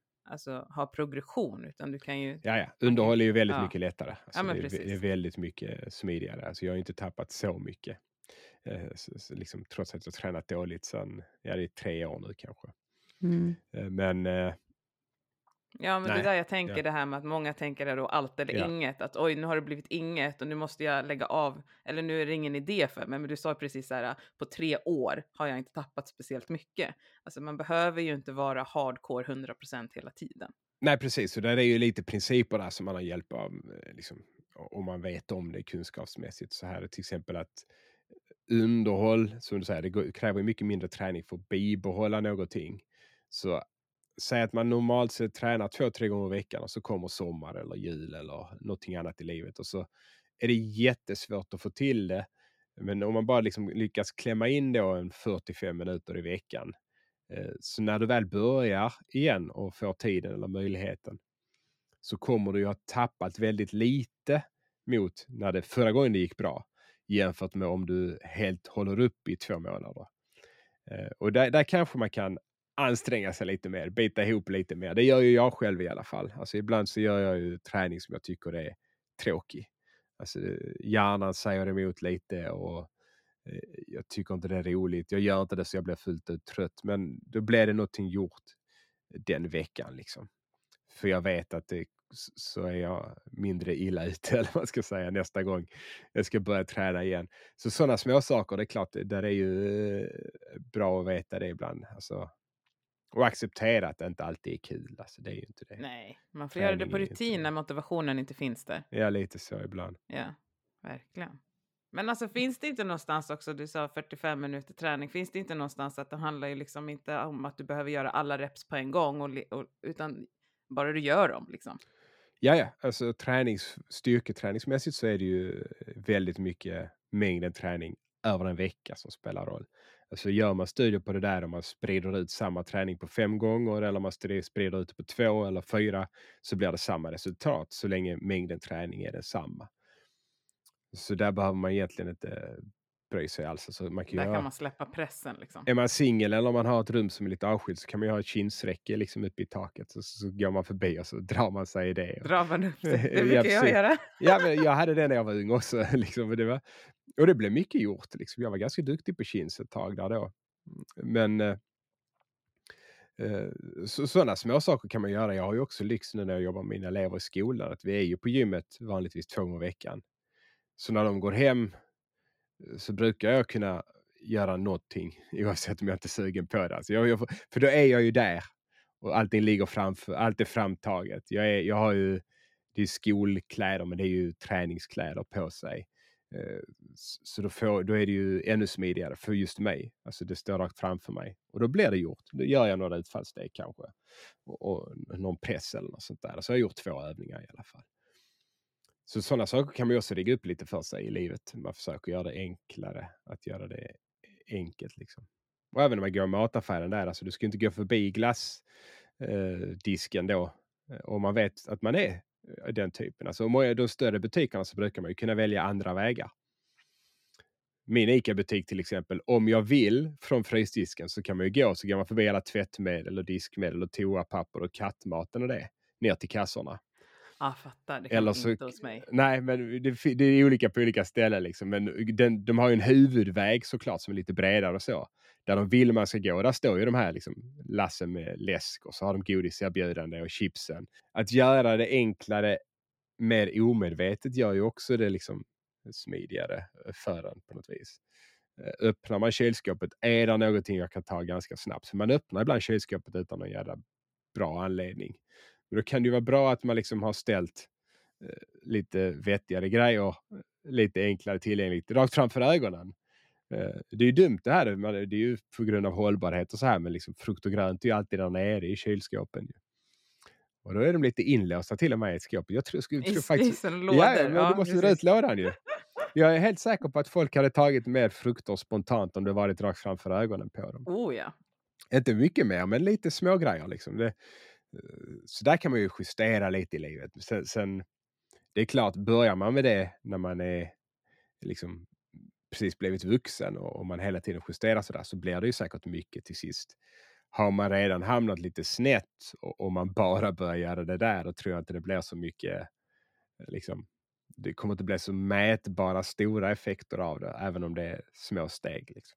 ha progression, utan du kan ju... Ja. Underhåll är ju väldigt Ja. mycket lättare. Alltså men det precis. är väldigt mycket smidigare. Alltså jag har inte tappat så mycket. Så liksom, trots att jag har tränat dåligt sedan, det är 3 år nu kanske. Men... Ja, men nej, det där jag tänker det här med att många tänker det då allt eller inget. Att oj, nu har det blivit inget och nu måste jag lägga av. Eller nu är det ingen idé för mig. Men du sa precis så här, på 3 år har jag inte tappat speciellt mycket. Alltså man behöver ju inte vara hardcore 100% hela tiden. Nej, precis. Så där är ju lite principer där som man har hjälp av. Liksom, om man vet om det kunskapsmässigt. Så här till exempel att underhåll, som du säger, det kräver mycket mindre träning för att bibehålla någonting. Så säg att man normalt sett tränar 2-3 gånger i veckan och så kommer sommar eller jul eller någonting annat i livet. Och så är det jättesvårt att få till det. Men om man bara liksom lyckas klämma in då en 45 minuter i veckan. Så när du väl börjar igen och får tiden eller möjligheten, så kommer du ju ha tappat väldigt lite mot när det förra gången det gick bra, jämfört med om du helt håller upp i 2 månader. Och där kanske man kan anstränga sig lite mer, bita ihop lite mer. Det gör ju jag själv i alla fall. Alltså ibland så gör jag ju träning som jag tycker är tråkig. Alltså hjärnan säger emot lite och jag tycker inte det är roligt. Jag gör inte det så jag blir fullt ut trött. Men då blir det någonting gjort den veckan liksom. För jag vet att så är jag mindre illa ute, eller vad man ska säga, nästa gång jag ska börja träna igen. Så sådana små saker, det är klart, där är ju bra att veta det ibland. Alltså, och acceptera att det inte alltid är kul. Alltså, det är ju inte det. Nej, man får göra det på rutin när motivationen inte finns där. Ja, lite så ibland. Ja, verkligen. Men alltså finns det inte någonstans också, du sa 45 minuter träning, finns det inte någonstans att det handlar ju liksom inte om att du behöver göra alla reps på en gång, utan bara du gör dem liksom? Ja, alltså styrketräningsmässigt så är det ju väldigt mycket mängden träning över en vecka som spelar roll. Alltså gör man studier på det där, om man sprider ut samma träning på 5 gånger eller om man sprider ut det på 2 eller 4, så blir det samma resultat så länge mängden träning är densamma. Så där behöver man egentligen inte bry sig alls. Alltså Kan man släppa pressen liksom. Är man singel eller om man har ett rum som är lite avskilt, så kan man ju ha ett kinsräcke liksom uppe i taket. Så går man förbi och så drar man sig i det. Drar man upp sig. Det brukar jag göra. Ja, men jag hade det när jag var ung också. Liksom, och det blev mycket gjort. Liksom. Jag var ganska duktig på kins ett tag där då. Men sådana små saker kan man göra. Jag har ju också lyxen när jag jobbar med mina elever i skolan, att vi är ju på gymmet vanligtvis 2 gånger i veckan. Så när de går hem så brukar jag kunna göra någonting, oavsett om jag inte är sugen på det. Alltså för då är jag ju där och allting ligger framför, allt är framtaget. Jag har ju, det är skolkläder, men det är ju träningskläder på sig. Så då är det ju ännu smidigare för just mig. Alltså det står rakt framför mig. Och då blir det gjort. Då gör jag några utfallssteg kanske. Och någon press eller något sånt där. Så jag har gjort 2 övningar i alla fall. Så sådana saker kan man ju också rigga upp lite för sig i livet. Man försöker göra det enklare. Att göra det enkelt liksom. Och även när man går i mataffären där. Alltså du ska inte gå förbi glassdisken då. Om man vet att man är den typen. Alltså de större butikerna så brukar man ju kunna välja andra vägar. Min ICA-butik till exempel, om jag vill från frysdisken så kan man ju så går man förbi alla tvättmedel och diskmedel och toapapper och kattmaten och det ner till kassorna. Ja, fattar. Det kan Eller man så, inte hos mig. nej, men det är olika på olika ställen liksom. Men de har ju en huvudväg såklart som är lite bredare och så. Där de vill man ska gå. Där står ju de här liksom lassen med läsk och så har de godiserbjudande och chipsen. Att göra det enklare mer omedvetet gör ju också det liksom smidigare för en på något vis. Öppnar man kylskåpet är det någonting jag kan ta ganska snabbt. Så man öppnar ibland kylskåpet utan någon jävla bra anledning. Men då kan det ju vara bra att man liksom har ställt lite vettigare grejer, lite enklare tillgängligt, rakt framför ögonen. Det är ju dumt det här, det är ju på grund av hållbarhet och så här, men liksom frukt och grönt är ju alltid där nere i kylskåpen. Och då är de lite inlåsta till och med i ett skåp. Jag tror faktiskt... Ja, men du måste dra ut lådan ju. Jag är helt säker på att folk hade tagit mer frukter spontant om det varit rakt framför ögonen på dem. Oh ja. Inte mycket mer, men lite små grejer liksom. Så där kan man ju justera lite i livet. Sen det är klart, börjar man med det när man är liksom precis blivit vuxen och man hela tiden justerar sådär, så blir det ju säkert mycket till sist. Har man redan hamnat lite snett och man bara börjar göra det där, då tror jag inte det blir så mycket liksom, det kommer inte bli så mätbara stora effekter av det, även om det är små steg liksom.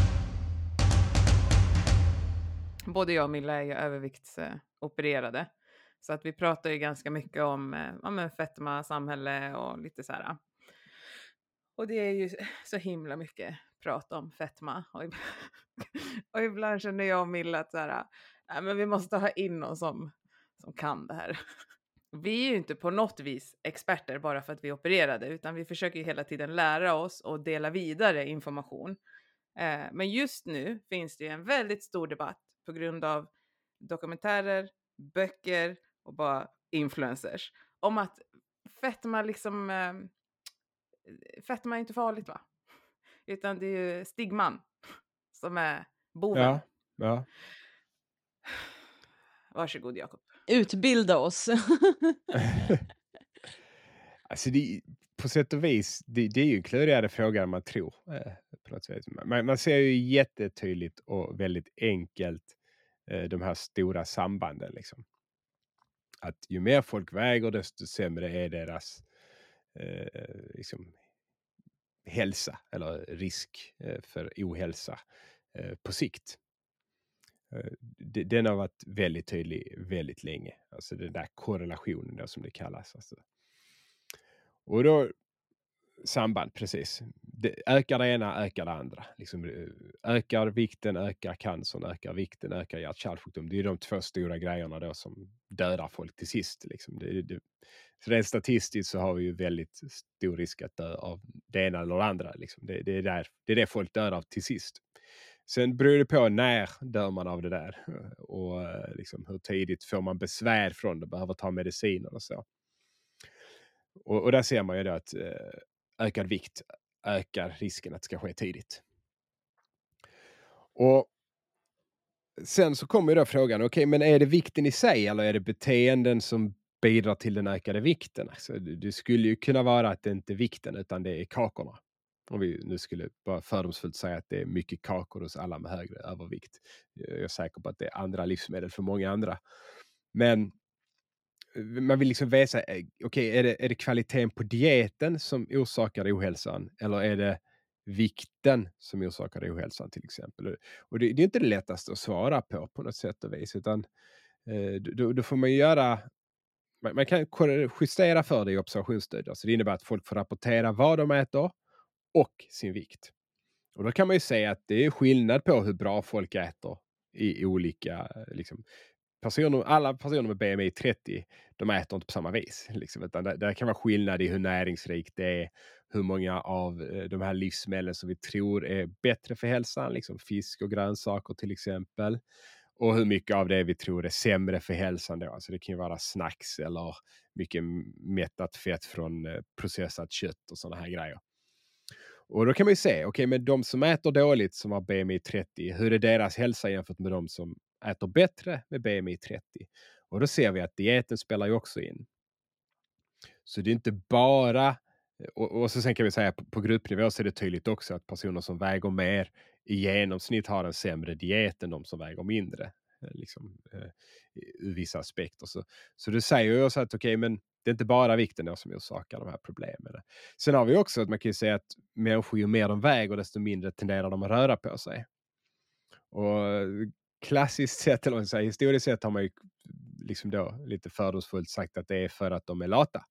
Både jag och Milla är ju överviktsopererade. Så att vi pratar ju ganska mycket om fetma, samhälle och lite så här. Och det är ju så himla mycket prat om fetma. Och ibland känner jag och Milla att så här, men vi måste ha in någon som kan det här. Vi är ju inte på något vis experter bara för att vi är opererade, utan vi försöker ju hela tiden lära oss och dela vidare information. Men just nu finns det ju en väldigt stor debatt på grund av dokumentärer, böcker och bara influencers om att fetma liksom fetma är inte farligt, va? Utan det är ju stigman som är boven. Ja. Varsågod Jakob. Utbilda oss. Alltså på sätt och vis, det är ju en klurigare fråga än man tror. På något sätt. Man ser ju jättetydligt och väldigt enkelt de här stora sambanden. Liksom. Att ju mer folk väger, desto sämre är deras liksom, hälsa eller risk för ohälsa på sikt. Den har varit väldigt tydlig väldigt länge. Alltså den där korrelationen då, som det kallas. Alltså. Och då samband, precis. Ökar det ena, ökar det andra. Liksom, ökar vikten, ökar cancern, ökar vikten, ökar hjärt-kärlsjukdom. Det är de 2 stora grejerna då som dödar folk till sist. Liksom. Så rent statistiskt så har vi ju väldigt stor risk att dö av det ena eller det andra. Liksom. Det är det folk dör av till sist. Sen beror det på när dör man av det där. Och liksom, hur tidigt får man besvär från det, behöver ta mediciner och så. Och där ser man ju då att ökad vikt ökar risken att det ska ske tidigt. Och sen så kommer ju då frågan, okej, men är det vikten i sig eller är det beteenden som bidrar till den ökade vikten? Alltså, det skulle ju kunna vara att det inte är vikten utan det är kakorna. Om vi nu skulle bara fördomsfullt säga att det är mycket kakor hos alla med högre övervikt. Jag är säker på att det är andra livsmedel för många andra. Men man vill liksom veta, okej, är det kvaliteten på dieten som orsakar ohälsan eller är det vikten som orsakar ohälsan till exempel? Och det är inte det lättaste att svara på något sätt och vis, utan då får man göra, man kan justera för det i observationsstudier. Så det innebär att folk får rapportera vad de äter och sin vikt. Och då kan man ju säga att det är skillnad på hur bra folk äter i olika liksom, alla personer med BMI 30, de äter inte på samma vis. Liksom, utan det kan vara skillnad i hur näringsrikt det är, hur många av de här livsmedlen som vi tror är bättre för hälsan, liksom fisk och grönsaker till exempel. Och hur mycket av det vi tror är sämre för hälsan då. Alltså det kan ju vara snacks eller mycket mättat fett från processat kött och sådana här grejer. Och då kan man ju se, okej, men de som äter dåligt som har BMI 30, hur är deras hälsa jämfört med de som äter bättre med BMI 30? Och då ser vi att dieten spelar ju också in. Så det är inte bara, och så sen kan vi säga på gruppnivå så är det tydligt också att personer som väger mer i genomsnitt har en sämre diet än de som väger mindre. Liksom, ur vissa aspekter. Så det säger ju också att okej, men det är inte bara vikten då som orsakar de här problemen. Sen har vi också att man kan ju säga att människor, ju mer de väger desto mindre tenderar de att röra på sig. Och klassiskt sett, eller säga, historiskt sett har man ju liksom då lite fördomsfullt sagt att det är för att de är lata.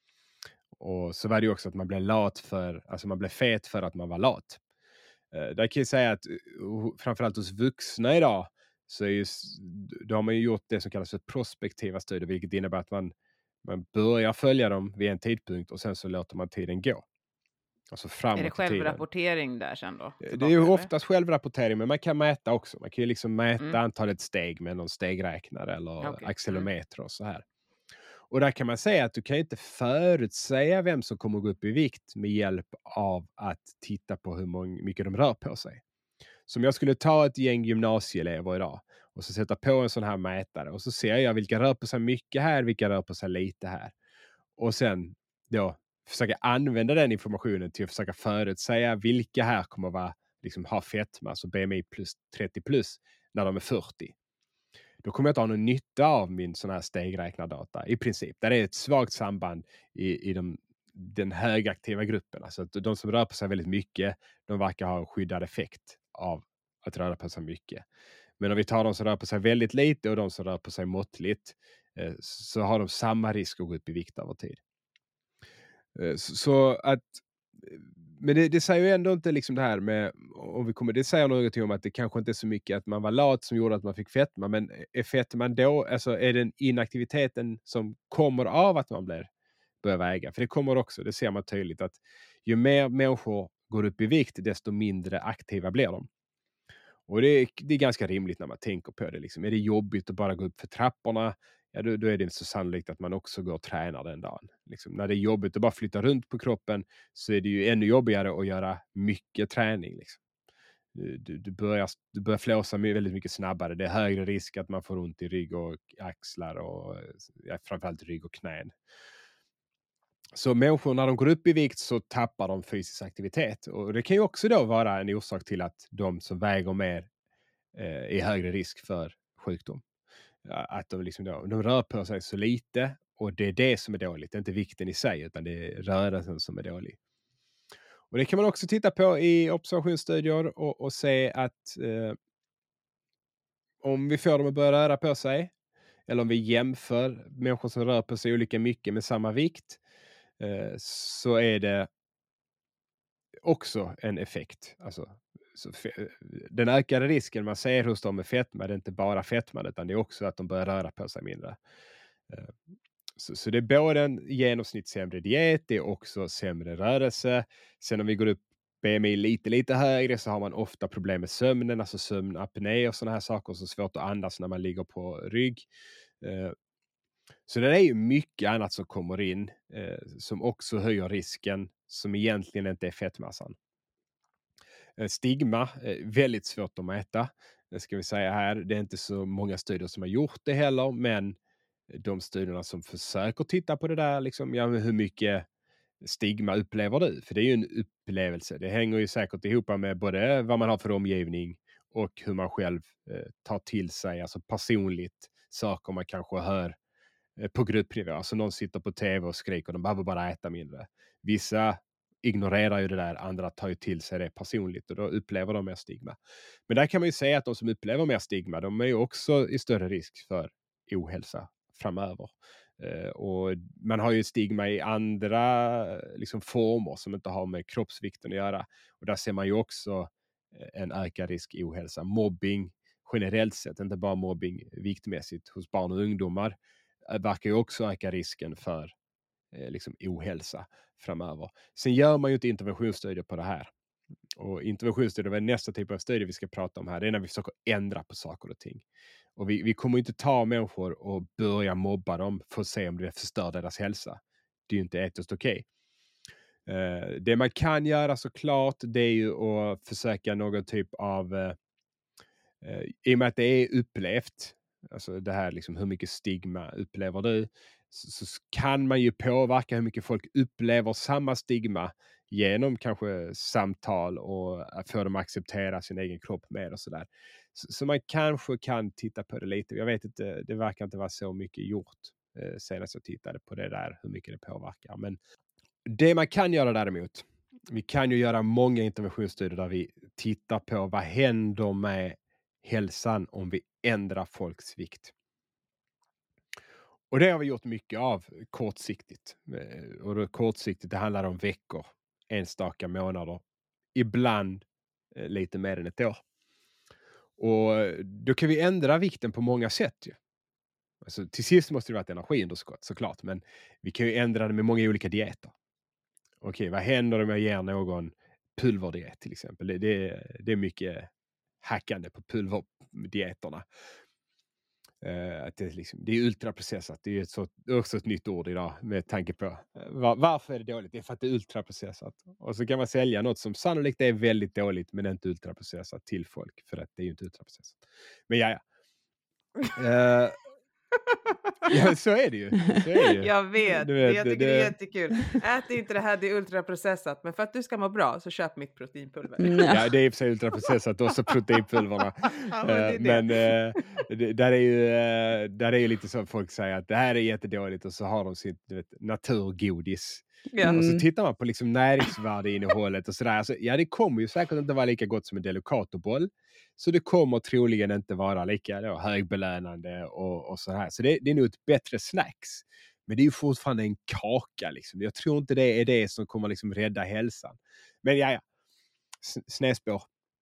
Och så var det ju också att man blev man blev fet för att man var lat. Där kan jag säga att framförallt hos vuxna idag så då har man ju gjort det som kallas för prospektiva studier, vilket innebär att man börjar följa dem vid en tidpunkt och sen så låter man tiden gå. Alltså framåt Är det i tiden. självrapportering där sen då? Det är ju oftast självrapportering, men man kan mäta också. Man kan ju liksom mäta antalet steg med någon stegräknare eller accelerometer och så här. Och där kan man säga att du kan inte förutsäga vem som kommer gå upp i vikt med hjälp av att titta på hur mycket de rör på sig. Så om jag skulle ta ett gäng gymnasieelever idag och så sätta på en sån här mätare och så ser jag vilka rör på sig mycket här, vilka rör på sig lite här. Och sen då försöka använda den informationen till att försöka förutsäga vilka här kommer vara, liksom, ha fetma, alltså BMI plus 30 plus, när de är 40. Då kommer jag inte ha någon nytta av min sån här stegräknardata i princip. Där är ett svagt samband i den högaktiva gruppen. Alltså att de som rör på sig väldigt mycket, de verkar ha en skyddad effekt av att röra på sig mycket. Men om vi tar de som rör på sig väldigt lite och de som rör på sig måttligt, så har de samma risk att gå upp i vikt över tid. Så att, men det säger ju ändå inte liksom det här med, det säger något om att det kanske inte är så mycket att man var lat som gjorde att man fick fetma, men är fetman då, alltså är den inaktiviteten som kommer av att man börjar väga? För det kommer också, det ser man tydligt, att ju mer människor går upp i vikt, desto mindre aktiva blir de. Och det är ganska rimligt när man tänker på det. Liksom. Är det jobbigt att bara gå upp för trapporna, ja, då är det inte så sannolikt att man också går och tränar den dagen. Liksom, när det är jobbigt att bara flytta runt på kroppen så är det ju ännu jobbigare att göra mycket träning. Liksom. Du börjar flåsa väldigt mycket snabbare. Det är högre risk att man får ont i rygg och axlar och framförallt rygg och knän. Så människor, när de går upp i vikt så tappar de fysisk aktivitet. Och det kan ju också då vara en orsak till att de som väger mer är högre risk för sjukdom. Att de rör på sig så lite, och det är det som är dåligt. Det är inte vikten i sig, utan det är rörelsen som är dålig. Och det kan man också titta på i observationsstudier och se att om vi får dem att börja röra på sig, eller om vi jämför människor som rör på sig olika mycket med samma vikt, så är det också en effekt. Alltså, den ökade risken man ser hos dem med fetma, det är inte bara fetman, utan det är också att de börjar röra på sig mindre. Så det är både en genomsnitt sämre diet, det är också sämre rörelse. Sen om vi går upp BMI lite högre så har man ofta problem med sömnen, alltså sömnapné och sådana här saker, så svårt att andas när man ligger på rygg. Så det är ju mycket annat som kommer in som också höjer risken, som egentligen inte är fettmassan. Stigma är väldigt svårt att mäta. Det ska vi säga här. Det är inte så många studier som har gjort det heller, men de studierna som försöker titta på det där, liksom, hur mycket stigma upplever du? För det är ju en upplevelse. Det hänger ju säkert ihop med både vad man har för omgivning och hur man själv tar till sig, alltså personligt, saker man kanske hör på gruppnivå. Alltså någon sitter på tv och skriker, de behöver bara äta mindre. Vissa ignorerar ju det där, andra tar ju till sig det personligt och då upplever de mer stigma. Men där kan man ju säga att de som upplever mer stigma, de är ju också i större risk för ohälsa framöver. Och man har ju stigma i andra liksom former som inte har med kroppsvikten att göra. Och där ser man ju också en ökad risk ohälsa. Mobbing generellt sett, inte bara mobbing viktmässigt hos barn och ungdomar, verkar ju också öka risken för liksom ohälsa framöver. Sen gör man ju inte interventionsstudier på det här. Och interventionsstudier är nästa typ av studie vi ska prata om här. Det är när vi försöker ändra på saker och ting. Och vi kommer inte ta människor och börja mobba dem för att se om det förstör deras hälsa. Det är ju inte etiskt okej. Det man kan göra såklart, det är ju att försöka någon typ av i och med att det är upplevt, alltså det här liksom hur mycket stigma upplever du, så kan man ju påverka hur mycket folk upplever samma stigma genom kanske samtal och att få dem att acceptera sin egen kropp mer och sådär. Så man kanske kan titta på det lite. Jag vet inte, det verkar inte vara så mycket gjort senast jag tittade på det där, hur mycket det påverkar. Men det man kan göra däremot, vi kan ju göra många interventionsstudier där vi tittar på vad händer med hälsan om vi ändrar folks vikt. Och det har vi gjort mycket av kortsiktigt. Och då kortsiktigt, det handlar om veckor, enstaka månader, ibland lite mer än ett år. Och då kan vi ändra vikten på många sätt ju. Alltså, till sist måste det vara ett energiunderskott såklart, men vi kan ju ändra det med många olika dieter. Okej, vad händer om jag ger någon pulverdiet till exempel? Det är mycket hackande på pulverdieterna. Att det är ultraprocessat. Det är också ett nytt ord idag med tanke på varför är det dåligt? Det är för att det är ultraprocessat. Och så kan man sälja något som sannolikt är väldigt dåligt men inte ultraprocessat till folk för att det är ju inte ultraprocessat. Men ja. Ja, så är det ju. Jag vet, jag tycker det är jättekul. Ät inte det här, det är ultraprocessat. Men för att du ska må bra så köp mitt proteinpulver. Ja, det är i och för sig ultraprocessat, också proteinpulverna. Men där är ju lite så att folk säger att det här är jättedåligt och så har de sitt naturgodis. Ja. Och så tittar man på liksom näringsvärdeinnehållet och sådär. Alltså, ja, det kommer ju säkert inte vara lika gott som en Delicatoboll. Så det kommer troligen inte vara lika högbelönande och så här. Så det är nog ett bättre snacks. Men det är ju fortfarande en kaka liksom. Jag tror inte det är det som kommer liksom rädda hälsan. Men ja. Snedspår.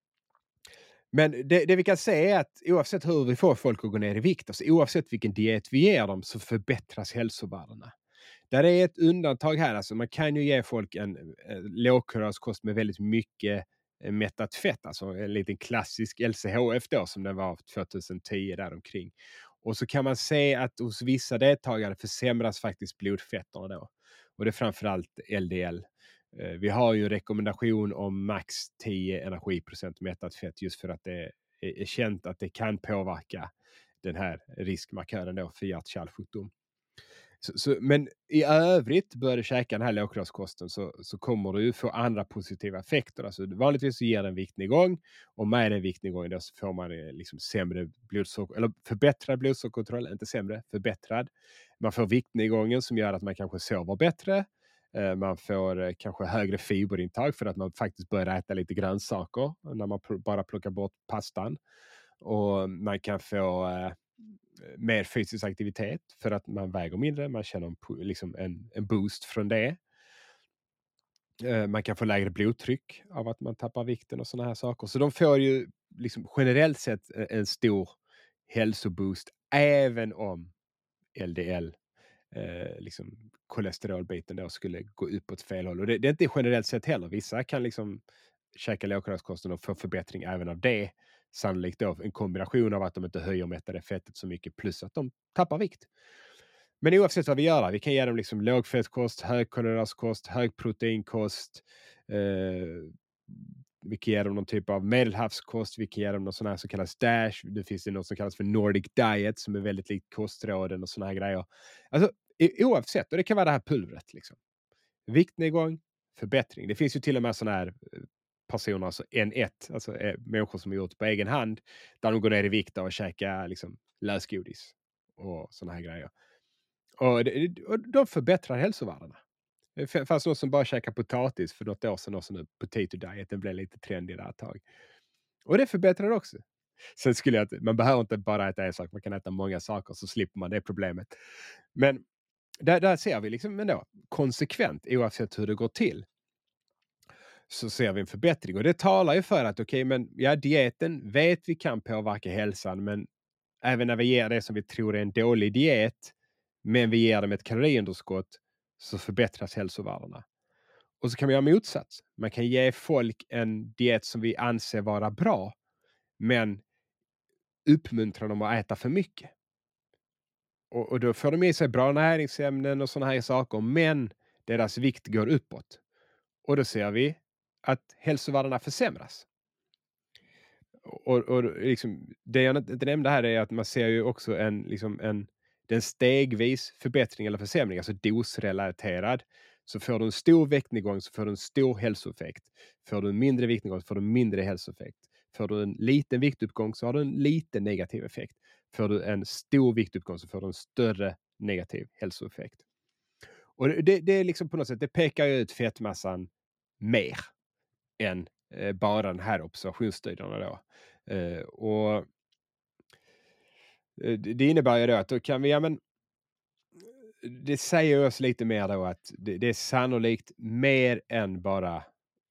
Men det vi kan säga är att oavsett hur vi får folk att gå ner i vikt, alltså oavsett vilken diet vi ger dem, så förbättras hälsovärdena. Där är ett undantag här. Alltså man kan ju ge folk en lågkolhydratkost med väldigt mycket mättat fett. Alltså en liten klassisk LCHF då som den var 2010 däromkring. Och så kan man se att hos vissa deltagare försämras faktiskt blodfetterna då. Och det är framförallt LDL. Vi har ju en rekommendation om max 10 energiprocent mättat fett just för att det är känt att det kan påverka den här riskmarkören då för hjärt-kärlsjukdom. Men i övrigt börjar du käka den här lågkolhydratkosten så kommer du få andra positiva effekter. Alltså vanligtvis så ger den viktnedgång och med den viktnedgången då så får man liksom sämre blodsocker, eller förbättrad blodsockerkontroll, inte sämre, förbättrad. Man får viktnedgången som gör att man kanske sover bättre. Man får kanske högre fiberintag för att man faktiskt börjar äta lite grönsaker när man bara plockar bort pastan. Och man kan få mer fysisk aktivitet för att man väger mindre. Man känner liksom en boost från det. Man kan få lägre blodtryck av att man tappar vikten och sådana här saker. Så de får ju liksom generellt sett en stor hälsoboost även om LDL liksom kolesterolbiten då skulle gå upp åt fel håll. Och det är inte generellt sett heller. Vissa kan liksom käka lågkolhydratkosten och få förbättring även av det. Sannolikt då en kombination av att de inte höjer mättade fettet så mycket plus att de tappar vikt. Men oavsett vad vi gör, vi kan ge dem liksom lågfettkost, högkolhydratkost, högproteinkost. Vi kan ge dem någon typ av medelhavskost. Vi kan ge dem någon sån här så kallad DASH. Det finns något som kallas för Nordic Diet som är väldigt likt kostråden och såna här grejer. Alltså oavsett, och det kan vara det här pulvret liksom. Viktnedgång, förbättring. Det finns ju till och med såna här personer, alltså N1, alltså människor som har gjort på egen hand, där de går ner i vikt och käkar liksom lösgodis och såna här grejer. Och de förbättrar hälsovärdena. Det fanns någon som bara käkar potatis för något år sedan, och så nu potato diet, den blev lite trendig där ett tag. Och det förbättrar också. Sen man behöver inte bara äta en sak, man kan äta många saker så slipper man det problemet. Men där ser vi liksom ändå konsekvent, oavsett hur det går till, så ser vi en förbättring. Och det talar ju för att men dieten vet vi kan påverka hälsan, men även när vi ger det som vi tror är en dålig diet, men vi ger dem ett kaloriunderskott, så förbättras hälsovärdena. Och så kan vi göra motsats. Man kan ge folk en diet som vi anser vara bra, men uppmuntra dem att äta för mycket. Och då får de i sig bra näringsämnen och sådana här saker, men deras vikt går uppåt. Och då ser vi att hälsovärdena försämras. Och liksom, det jag inte nämnde här är att man ser ju också en stegvis förbättring eller försämring, alltså dosrelaterad. Så får du en stor viktnedgång så får du en stor hälsoeffekt. Får du en mindre viktnedgång så får du en mindre hälsoeffekt. Får du en liten viktuppgång så har du en liten negativ effekt. Får du en stor viktuppgång så får du en större negativ hälsoeffekt. Och det är liksom på något sätt, det pekar ju ut fettmassan mer än bara den här observationsstudierna då. Och det innebär ju då att då kan vi, det säger oss lite mer då att det är sannolikt mer än bara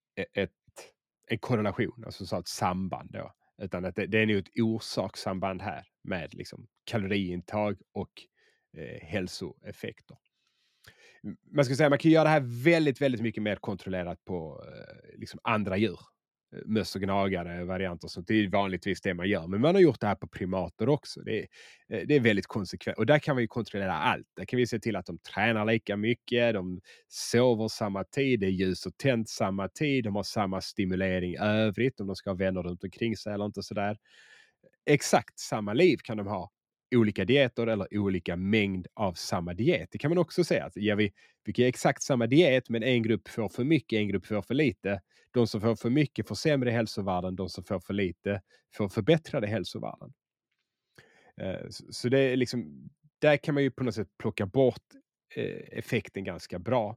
en korrelation, alltså så ett samband då. Utan att det är nog ett orsakssamband här med liksom kaloriintag och hälsoeffekter. Man ska säga man kan göra det här väldigt, väldigt mycket mer kontrollerat på liksom andra djur. Möss och gnagare, varianter, sånt. Det är vanligtvis det man gör. Men man har gjort det här på primater också. Det är väldigt konsekvent. Och där kan vi kontrollera allt. Där kan vi se till att de tränar lika mycket. De sover samma tid. Det är ljus och tänt samma tid. De har samma stimulering övrigt. Om de ska ha vänner runt omkring sig eller inte sådär. Exakt samma liv kan de ha. Olika dieter eller olika mängd av samma diet. Det kan man också säga. Att vi ger exakt samma diet, men en grupp får för mycket, en grupp får för lite. De som får för mycket får sämre hälsovärden. De som får för lite får förbättrade hälsovärden. Så det är liksom, där kan man ju på något sätt plocka bort effekten ganska bra.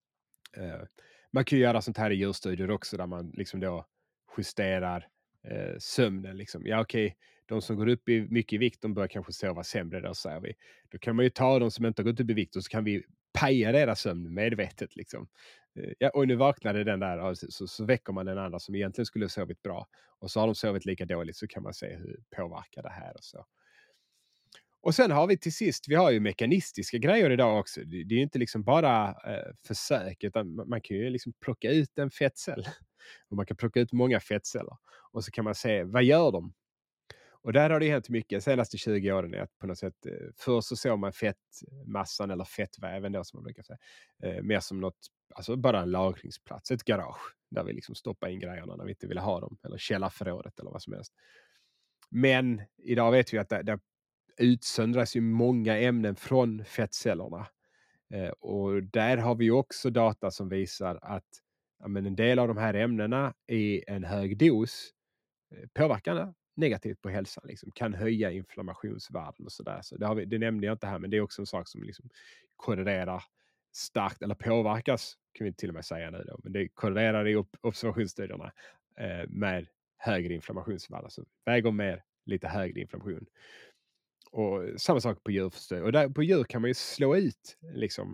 Man kan ju göra sånt här i djurstudier också, där man liksom då justerar sömnen. Liksom. Ja, okej. De som går upp i mycket vikt, de bör kanske sova sämre då, säger vi. Då kan man ju ta de som inte har gått upp i vikt och så kan vi paja deras sömn medvetet. Liksom. Och nu vaknade den där, så väcker man den andra som egentligen skulle ha sovit bra. Och så har de sovit lika dåligt, så kan man se hur påverkar det här och så. Och sen har vi till sist, vi har ju mekanistiska grejer idag också. Det är ju inte liksom bara försök, utan man kan ju liksom plocka ut en fettcell. Och man kan plocka ut många fettceller. Och så kan man se, vad gör de? Och där har det hänt mycket de senaste 20 åren. Att på något sätt, först så såg man fettmassan eller fettväven då, som man brukar säga. Mer som något, alltså bara en lagringsplats, ett garage. Där vi liksom stoppar in grejerna när vi inte vill ha dem. Eller källarförrådet eller vad som helst. Men idag vet vi att där utsöndras ju många ämnen från fettcellerna. Och där har vi också data som visar att en del av de här ämnena i en hög dos påverkar negativt på hälsan. Liksom, kan höja inflammationsvärden och sådär. Så det nämnde jag inte här, men det är också en sak som liksom korrelerar starkt, eller påverkas, kan vi till och med säga nu då. Men det korrelerar i observationsstudierna med högre inflammationsvärden. Alltså väger mer, lite högre inflammation. Och samma sak på djur. Och där, på djur kan man ju slå ut liksom,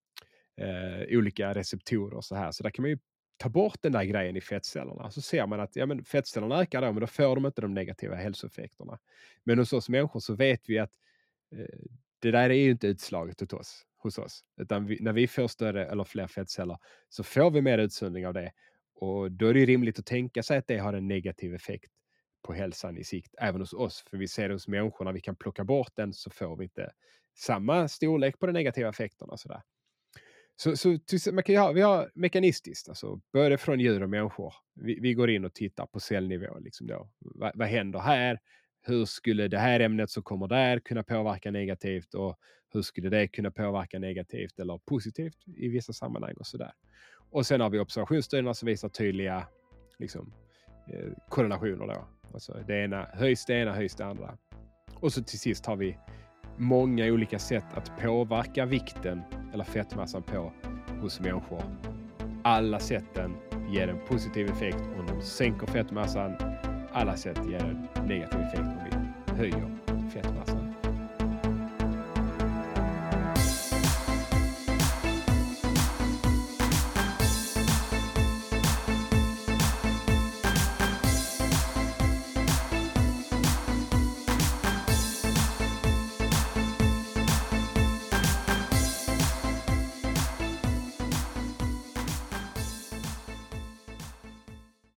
olika receptorer och så här. Så där kan man ju ta bort den där grejen i fettcellerna. Så ser man att fettcellerna ökar då, men då får de inte de negativa hälsoeffekterna. Men hos oss människor så vet vi att det där är ju inte utslaget hos oss. Utan när vi får större eller fler fettceller så får vi mer utsöndring av det. Och då är det rimligt att tänka sig att det har en negativ effekt på hälsan i sikt, även hos oss. För vi ser det hos människor, när vi kan plocka bort den så får vi inte samma storlek på de negativa effekterna. Sådär. Så vi har mekanistiskt, alltså, både från djur och människor. Vi går in och tittar på cellnivå. Liksom då. Vad händer här? Hur skulle det här ämnet som kommer där kunna påverka negativt? Och hur skulle det kunna påverka negativt eller positivt i vissa sammanhang? Och sådär. Och sen har vi observationsstudierna som visar tydliga liksom, korrelationer. Då. Alltså det ena höjs det andra. Och så till sist har vi många olika sätt att påverka vikten eller fettmassan på hos människor. Alla sätten ger en positiv effekt om de sänker fettmassan. Alla sätt ger en negativ effekt om vi höjer